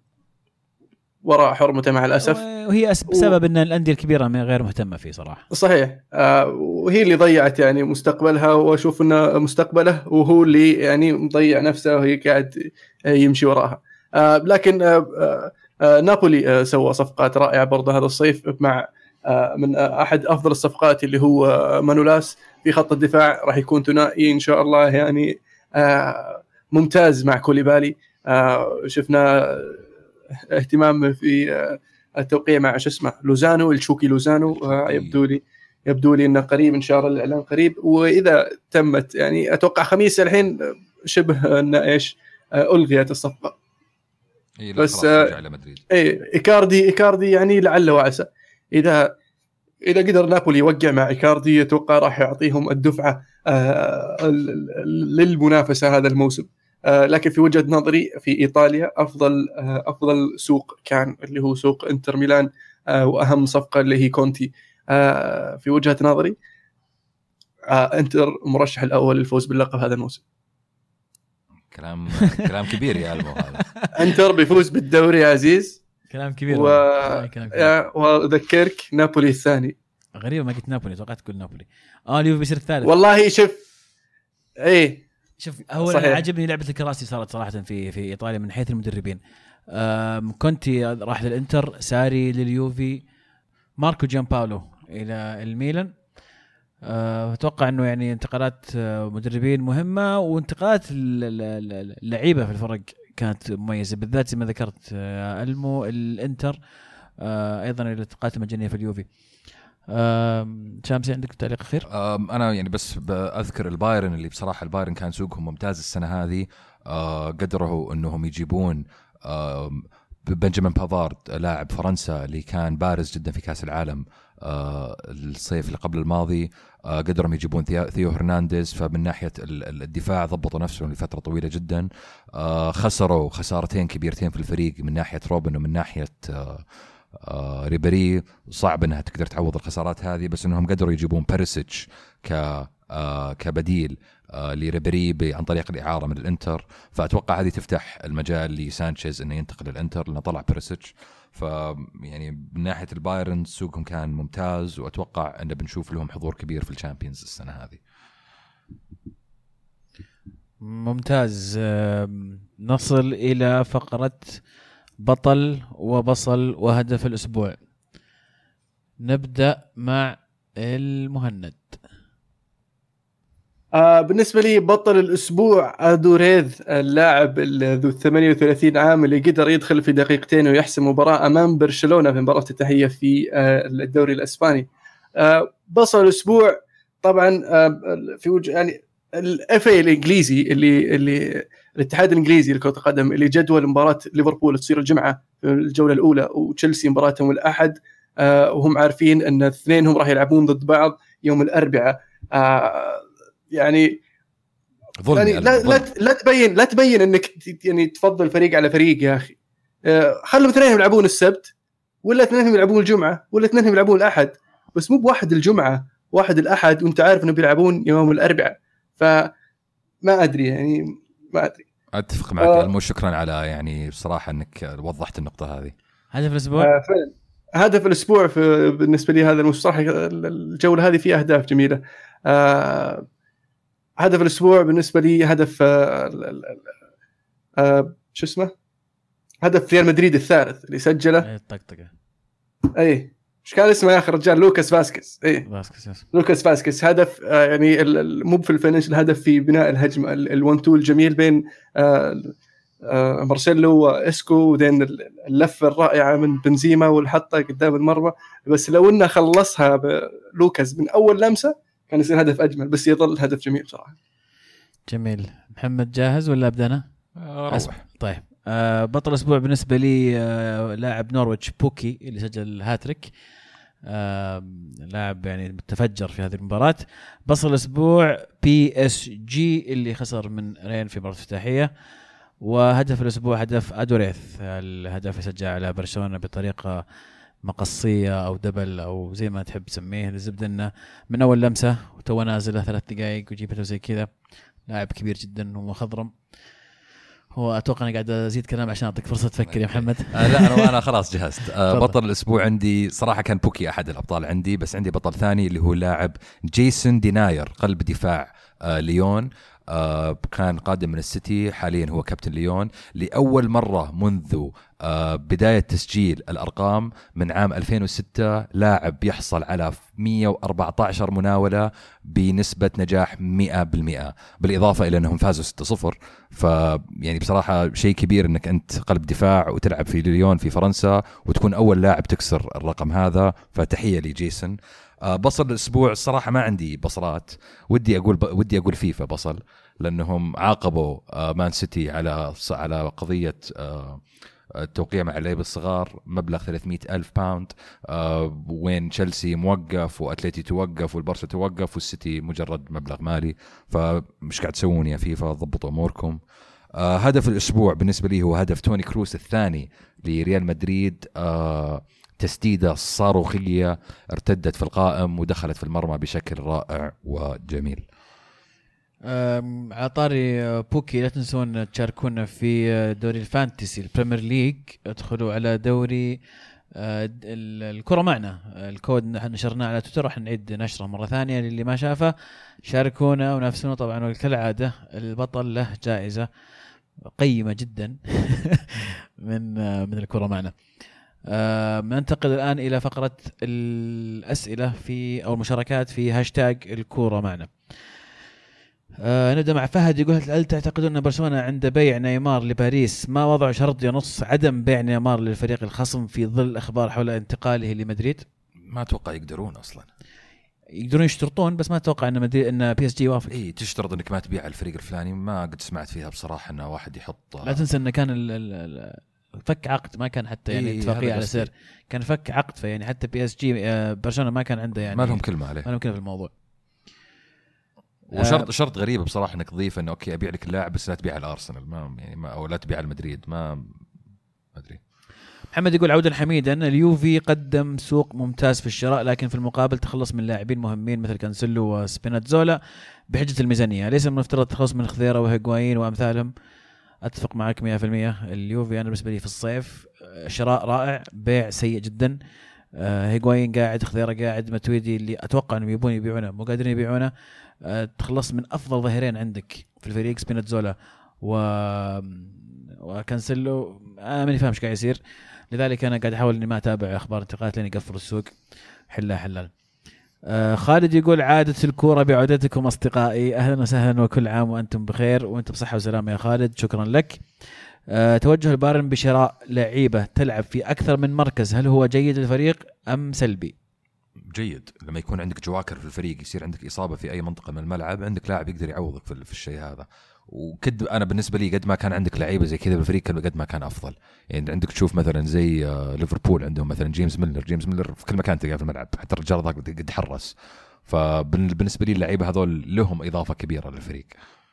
وراء حرمته مع الأسف. وهي بسبب و... أن الأندية الكبيرة غير مهتمة فيه صراحة. صحيح. آه وهي اللي ضيعت يعني مستقبلها، وأشوف أنه مستقبله وهو اللي يعني مضيع نفسه وهي قاعد يمشي وراءها. آه لكن آه آه نابولي آه سوى صفقات رائعة برضه هذا الصيف مع آه من آه أحد أفضل الصفقات اللي هو آه مانولاس في خط الدفاع. راح يكون ثنائي إن شاء الله يعني آه ممتاز مع كوليبالي. آه شفنا اهتمام في آه التوقيع مع شو اسمه لوزانو الشوكي لوزانو. آه يبدو لي يبدو لي انه قريب ان شاء الله الاعلان قريب، واذا تمت يعني اتوقع خميس الحين شبه ان ايش آه الغيت الصفقه. إيه بس آه اي ايكاردي ايكاردي يعني لعل وعسى اذا اذا قدر نابولي يوقع مع ايكاردي اتوقع راح يعطيهم الدفعه آه للمنافسه هذا الموسم. آه لكن في وجهة نظري في إيطاليا أفضل آه أفضل سوق كان اللي هو سوق إنتر ميلان. آه وأهم صفقة اللي هي كونتي. آه في وجهة نظري آه إنتر مرشح الأول للفوز باللقب هذا الموسم. كلام كلام كبير يا ألمو هذا. إنتر بيفوز بالدوري يا عزيز. كلام كبير. و... وذكرك نابولي الثاني. غريبة ما قلت نابولي، توقعت تقول نابولي. آه اليوفي بيصير الثالث. والله شوف إيه شوف هو عجبني لعبة الكراسي صارت صراحة في في إيطاليا من حيث المدربين. كونتي راح للإنتر، ساري لليوفي، ماركو جامباولو إلى الميلان. أتوقع إنه يعني انتقالات مدربين مهمة، وانتقالات اللعيبة في الفرق كانت مميزة بالذات زي ما ذكرت ألمو الإنتر. أيضا الانتقالات المجانية في اليوفي. شامسي عندك تعليق أخير؟ أنا يعني بس بأذكر البايرن اللي بصراحة البايرن كان سوقهم ممتاز السنة هذه. قدروا أنهم يجيبون بنجامين بافارد لاعب فرنسا اللي كان بارز جدا في كأس العالم الصيف اللي قبل الماضي، قدروا يجيبون ثيو هرنانديز. فمن ناحية الدفاع ضبطوا نفسهم لفترة طويلة جدا. خسروا خسارتين كبيرتين في الفريق من ناحية روبن ومن ناحية ريبيري. صعب انها تقدر تعوض الخسارات هذه، بس انهم قدروا يجيبون بيريسيتش ك كبديل لريبيري عن طريق الإعارة من الانتر. فأتوقع هذه تفتح المجال لسانشيز انه ينتقل للانتر لانه طلع بيريسيتش. ف يعني من ناحيه البايرن سوقهم كان ممتاز، واتوقع ان بنشوف لهم حضور كبير في الشامبيونز السنه هذه. ممتاز. نصل الى فقره بطل وبصل وهدف الاسبوع. نبدا مع المهند. آه بالنسبة لي بطل الأسبوع أدوريث، اللاعب ذو ثمانية وثلاثين عام اللي قدر يدخل في دقيقتين ويحسم مباراة أمام برشلونة في مباراة التحية في آه الدوري الأسباني. آه بصل الأسبوع طبعا آه في وجه يعني الإف إيه الإنجليزي اللي اللي الاتحاد الإنجليزي لكرة القدم اللي جدول مباراة ليفربول تصير الجمعة في الجولة الأولى وتشيلسي مباراتهم الأحد، آه وهم عارفين أن اثنينهم راح يلعبون ضد بعض يوم الأربعاء. آه يعني يعني لا لا لا تبين لا تبين انك يعني تفضل فريق على فريق يا اخي. خلوا اثنينهم يلعبون السبت، ولا اثنينهم يلعبون الجمعه، ولا اثنينهم يلعبون الاحد، بس مو بواحد الجمعه واحد الاحد وانت عارف انه بيلعبون يوم الاربعاء. فما ادري يعني ما ادري. اتفق معك آه. شكرا على يعني بصراحه انك وضحت النقطه هذه. هدف الاسبوع آه هدف الاسبوع في بالنسبه لي هذا المصطلح، الجوله هذه فيها اهداف جميله. آه هدف الأسبوع بالنسبة لي هدف آه آه شو اسمه هدف ريال مدريد الثالث اللي سجله. طقطقة أي مش كان اسمه يا أخي رجال لوكاس فاسكيز. أي فاسكيز لوكاس فاسكيز هدف آه يعني مو في الفينش، الهدف في بناء الهجمة الون تو الجميل بين آه آه مارسيلو وإسكو، وذين اللفة الرائعة من بنزيما والحطة قدام المرمى. بس لو إنه خلصها بلوكاس من أول لمسة كان يصير هدف أجمل، بس يظل هدف جميل بصراحة. جميل. محمد جاهز ولا أبدأ أنا؟ أروح. طيب آه بطل الأسبوع بالنسبة لي آه لاعب نورويتش بوكي اللي سجل هاتريك. آه لاعب يعني متفجر في هذه المباراة. بطل الأسبوع بي اس جي اللي خسر من رين في مباراة افتتاحية. وهدف الأسبوع هدف أدوريث، الهدف سجل على برشلونة بطريقة مقصية أو دبل أو زي ما تحب تسميه، الزبدة إنه من أول لمسة وتو نازله ثلاث دقائق وجيبته زي كذا. لاعب كبير جدا ومخضرم. هو أتوقع أنا قاعد أزيد كلام عشان أعطيك فرصة تفكر يا محمد. آه لا أنا أنا خلاص جهزت. آه بطل الأسبوع عندي صراحة كان بوكي أحد الأبطال عندي، بس عندي بطل ثاني اللي هو لاعب جيسون ديناير قلب دفاع آه ليون. آه كان قادم من السيتي، حاليا هو كابتن ليون لأول مرة منذ آه بداية تسجيل الأرقام من عام ألفين وستة. لاعب يحصل على مئة وأربعة عشر مناولة بنسبة نجاح مئة بالمئة، بالإضافة إلى أنهم فازوا ستة صفر. فيعني بصراحة شيء كبير أنك أنت قلب دفاع وتلعب في ليون في فرنسا وتكون أول لاعب تكسر الرقم هذا، فتحية لجيسون. بصل الأسبوع الصراحة ما عندي بصرات، ودي أقول ب... ودي أقول فيفا بصل، لأنهم عاقبوا مان سيتي على على قضية التوقيع مع اللعيبة الصغار مبلغ ثلاثمئة ألف باوند، وين تشيلسي موقف وأتلتي توقف والبرشا توقف والسيتي مجرد مبلغ مالي. فمش قاعد تسوون يا فيفا؟ ضبطوا أموركم. هدف الأسبوع بالنسبة لي هو هدف توني كروس الثاني لريال مدريد. تسديدة صاروخية ارتدت في القائم ودخلت في المرمى بشكل رائع وجميل. على طاري بوكي، لا تنسون تشاركونا في دوري الفانتسي البريمير ليج. ادخلوا على دوري الكرة معنا، الكود نشرناه على تويتر، راح نعيد نشره مرة ثانية للي ما شافه. شاركونا ونافسونا طبعا، وكالعادة البطل له جائزة قيمة جدا من من الكرة معنا. آه ننتقل الآن إلى فقرة الأسئلة في أو المشاركات في هاشتاج الكورة معنا. آه نبدأ مع فهد، يقول: هل تعتقدون أن برشلونة عند بيع نيمار لباريس ما وضعوا شرط ينص عدم بيع نيمار للفريق الخصم في ظل الأخبار حول انتقاله لمدريد؟ ما أتوقع يقدرون أصلا. يقدرون يشترطون، بس ما أتوقع أن مدريد أن بي اس جي يوافق. إيه تشترط أنك ما تبيع الفريق الفلاني، ما قد سمعت فيها بصراحة أن واحد يحط. لا تنسى أن كان ال ال فك عقد، ما كان حتى يعني إيه اتفاقيه على سعر، كان فك عقد. فيعني حتى بي اس جي برشلونه ما كان عنده يعني ما لهم كلمه عليه، ما لهم كلمه في الموضوع. وشرط شرط غريب بصراحه انك تضيف انه اوكي ابيع لك اللاعب بس لا تبيع الارسنال، ما يعني ما او لا تبيع المدريد، ما ما ادري. محمد يقول عودا حميدا، اليوفي قدم سوق ممتاز في الشراء، لكن في المقابل تخلص من لاعبين مهمين مثل كانسيلو وسبيناتزولا بحجة الميزانية. ليس من المفترض التخلص من خضيرة وهيغوايين وأمثالهم؟ أتفق معك مئة بالمئة. اليوفي أنا بالنسبة لي في الصيف شراء رائع، بيع سيء جدا. هيغوايين قاعد، خضيرة قاعد، متويدي اللي أتوقع أنهم يبون يبيعونه مو قادرين يبيعونه. تخلص من أفضل ظهيرين عندك في الفريق سبيناتزولا و... وكانسيلو. أنا ماني فاهم إيش قاعد يصير، لذلك أنا قاعد أحاول إني ما أتابع أخبار انتقالات لين يقفل السوق. حلا حلال. آه خالد يقول عادة الكورة بعودتكم أصدقائي، أهلا وسهلا وكل عام وأنتم بخير وأنتم بصحة وسلامة يا خالد، شكرا لك. آه توجه البايرن بشراء لعيبة تلعب في أكثر من مركز، هل هو جيد للفريق أم سلبي؟ جيد. لما يكون عندك جواكر في الفريق، يصير عندك إصابة في أي منطقة من الملعب، عندك لاعب يقدر يعوضك في, في الشيء هذا. وكد انا بالنسبه لي قد ما كان عندك لعيبه زي كذا بالفريق قد ما كان افضل. يعني عندك تشوف مثلا زي ليفربول عندهم مثلا جيمس ميلر جيمس ميلر في كل مكان تلقاه في الملعب، حتى الرجال ذاك قد حرس. فبالنسبه لي اللعيبه هذول لهم اضافه كبيره للفريق.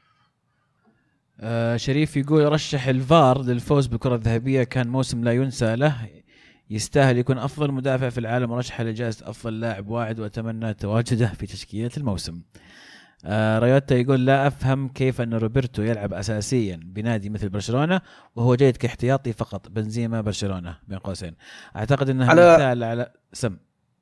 آه شريف يقول رشح الفار للفوز بالكره الذهبيه، كان موسم لا ينسى له، يستاهل يكون افضل مدافع في العالم ورشح لجائزه افضل لاعب واعد، واتمنى تواجده في تشكيله الموسم. آه ريوتا يقول لا أفهم كيف أن روبرتو يلعب أساسيا بنادي مثل برشلونة وهو جيد كاحتياطي فقط. بنزيما برشلونة بين قوسين. أعتقد أنها على... مثال على سم.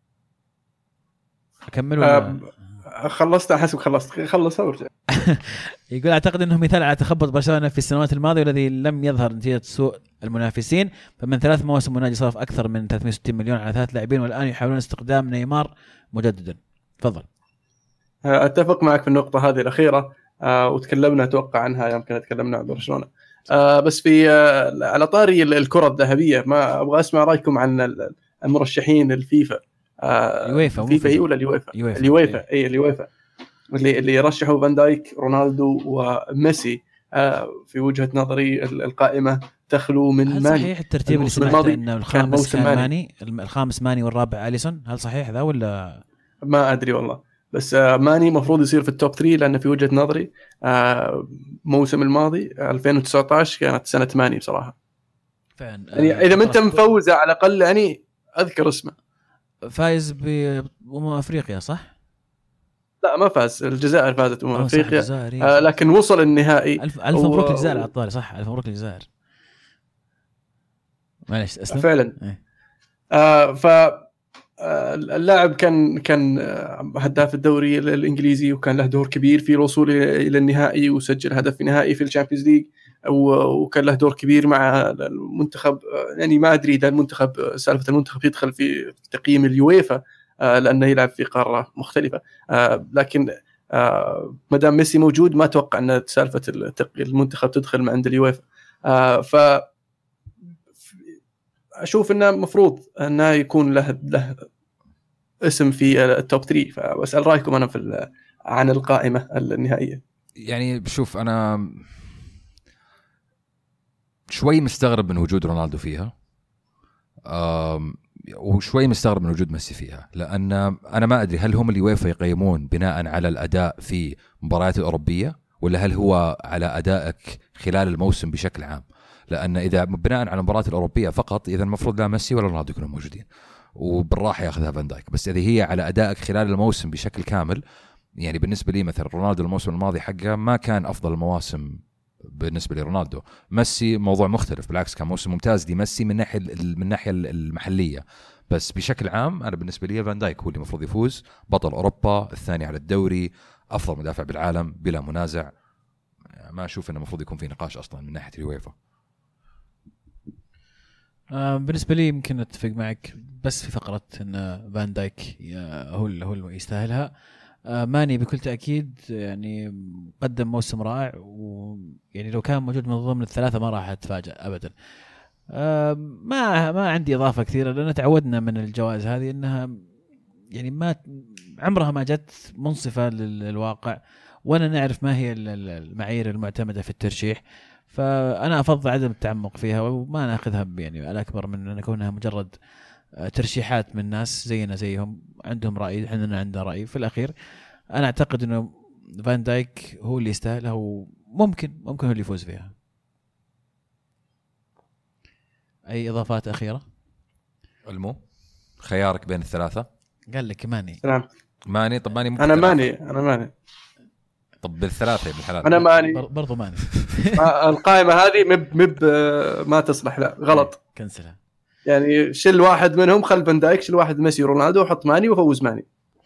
أكمل ولا آه خلصت؟ أحسب خلصت خلص أورجع. يقول أعتقد أنه مثال على تخبط برشلونة في السنوات الماضية والذي لم يظهر نتيجة سوء المنافسين. فمن ثلاث مواسم ونادي صرف أكثر من ثلاثمائة وستين مليون على ثلاث لاعبين، والآن يحاولون استخدام نيمار مجددا. تفضل. أتفق معك في النقطة هذه الأخيرة، آه وتكلمنا أتوقع عنها يمكن تكلمنا عن برشلونة. آه بس في آه على طاري الكرة الذهبية، ما أبغى أسمع رأيكم عن المرشحين الفيفا. آه اليويفا الفيفا هي ولا اليويفا؟ اليويفا أي اليويفا اللي اللي رشحوا فان دايك رونالدو وميسي. آه في وجهة نظري القائمة تخلو من هل ماني. صحيح الترتيب اللي سمعته إنه الخامس كان ماني، الخامس ماني والرابع أليسون؟ هل صحيح ذا ولا ما أدري والله، بس ماني مفروض يصير في التوب ثلاثة، لأن في وجهة نظري موسم الماضي ألفين وتسعة عشر كانت سنة ماني بصراحة. يعني إذا ما أنت مفوزة على الأقل يعني أذكر اسمه. فايز بأمم أفريقيا صح؟ لا ما فاز، الجزائر فازت أمم أفريقيا آه لكن وصل النهائي. ألف ألف مبروك و... للجزائر عطاري صح، ألف مبروك للجزائر. معلش أسلم. فعلا. إيه. آه ف اللاعب كان كان هداف الدوري الانجليزي، وكان له دور كبير في الوصول الى النهائي، وسجل هدف نهائي في الشامبيونز ليج، وكان له دور كبير مع المنتخب. يعني ما ادري اذا المنتخب سالفه المنتخب يدخل في تقييم اليويفا لانه يلعب في قاره مختلفه، لكن ما دام ميسي موجود ما اتوقع ان سالفه المنتخب تدخل من عند اليويفا. ف أشوف إنه مفروض إنه يكون له له اسم في التوب ثلاثة. فأسأل رأيكم أنا في عن القائمة النهائية. يعني بشوف أنا شوي مستغرب من وجود رونالدو فيها، وشوي مستغرب من وجود ميسي فيها، لأن أنا ما أدري هل هم اليويفا يقيمون بناء على الأداء في مباريات الأوروبية، ولا هل هو على أدائك خلال الموسم بشكل عام؟ لأن إذا بناء على المباريات الأوروبية فقط، إذا المفروض لا ميسي ولا رونالدو يكونوا موجودين، وبالراحة يأخذها فان دايك. بس إذا هي على أدائك خلال الموسم بشكل كامل، يعني بالنسبة لي مثلا رونالدو الموسم الماضي حقه ما كان أفضل المواسم بالنسبة لرونالدو. ميسي موضوع مختلف، بالعكس كان موسم ممتاز دي ميسي من ناحية من ناحية المحلية. بس بشكل عام أنا بالنسبة لي فان دايك هو اللي المفروض يفوز، بطل أوروبا، الثاني على الدوري، أفضل مدافع بالعالم بلا منازع. ما أشوف إنه المفروض يكون في نقاش أصلا من ناحية اليويفا. آه بالنسبة لي يمكن أتفق معك، بس في فقرة أن فان دايك هو هو اللي يستاهلها. آه ماني بكل تأكيد يعني قدم موسم رائع، ويعني لو كان موجود من ضمن الثلاثة ما راح أتفاجأ أبدا. آه ما ما عندي إضافة كثيرة، لأن تعودنا من الجوائز هذه أنها يعني ما عمرها ما جت منصفة للواقع، وأنا نعرف ما هي المعايير المعتمدة في الترشيح. فانا افضل عدم التعمق فيها وما ناخذها يعني الاكبر من ان كونها مجرد ترشيحات من ناس زينا زيهم عندهم راي، احنا عندنا راي. في الاخير انا اعتقد انه فان دايك هو اللي يستاهلها وممكن ممكن هو اللي يفوز فيها. اي اضافات اخيره؟ المو خيارك بين الثلاثه؟ قال لك ماني. نعم ماني. طب ماني انا ماني انا ماني طب بالثلاثه ابن الحلال. انا ماني برضو ماني. القائمه هذه مب مب ما تصلح، لا غلط، كنسلها. يعني شل واحد منهم، خل فان دايك، شل واحد ميسي رونالدو وحط ماني وفوز ماني.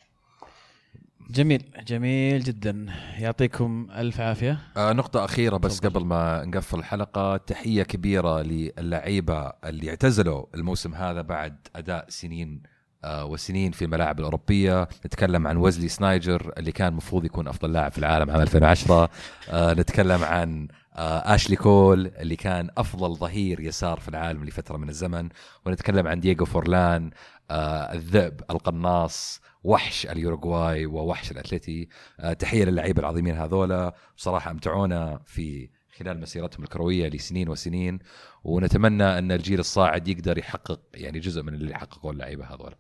جميل جميل جدا، يعطيكم الف عافيه. آه نقطه اخيره بس طبعا. قبل ما نقفل الحلقه، تحيه كبيره للعيبه اللي اعتزلوا الموسم هذا بعد اداء سنين آه وسنين في الملاعب الأوروبية. نتكلم عن ويزلي سنايجر اللي كان مفروض يكون أفضل لاعب في العالم عام ألفين وعشرة. آه نتكلم عن آه آشلي كول اللي كان أفضل ظهير يسار في العالم لفترة من الزمن. ونتكلم عن دييغو فورلان آه الذئب القناص، وحش اليوروغواي ووحش الأتلتي. آه تحية للعيبة العظيمين هذولا، بصراحة أمتعونا في خلال مسيرتهم الكروية لسنين وسنين، ونتمنى أن الجيل الصاعد يقدر يحقق يعني جزء من اللي حققوا اللعيبة هذولا.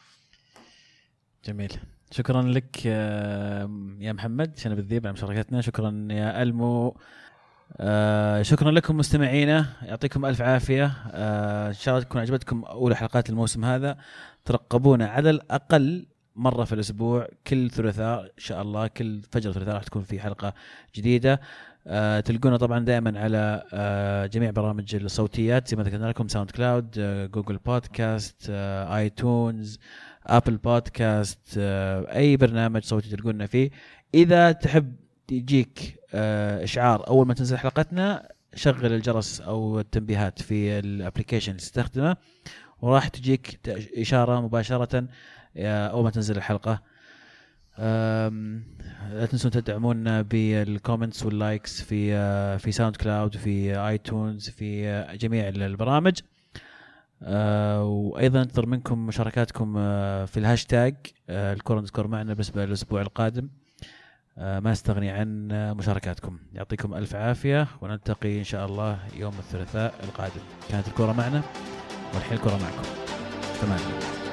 جميل، شكرا لك يا محمد شنب الذيب على مشاركتنا. شكرا يا ألمو. آه شكرا لكم مستمعينا، يعطيكم ألف عافية. آه إن شاء الله تكون عجبتكم أولى حلقات الموسم هذا. ترقبونا على الأقل مرة في الأسبوع، كل ثلاثاء إن شاء الله، كل فجر ثلاثاء راح تكون في حلقة جديدة. آه تلقونا طبعا دائما على آه جميع برامج الصوتيات زي ما ذكرنا لكم، ساوند كلاود، آه جوجل بودكاست، آه آي تونز، أبل بودكاست، آه أي برنامج صوتي تلقونا فيه. إذا تحب يجيك آه إشعار أول ما تنزل حلقتنا، شغل الجرس أو التنبيهات في الابليكيشن اللي تستخدمه، وراح تجيك إشارة مباشرة أول ما تنزل الحلقة. لا تنسون تدعمونا بالكومنتس واللايكس في في ساوند كلاود، في آي تونز، في جميع البرامج. وأيضا ننتظر منكم مشاركاتكم في الهاشتاج الكورة نذكر معنا بالنسبة للأسبوع القادم. ما نستغني عن مشاركاتكم. يعطيكم ألف عافية، ونلتقي إن شاء الله يوم الثلاثاء القادم. كانت الكورة معنا، والحين الكورة معكم. تمام.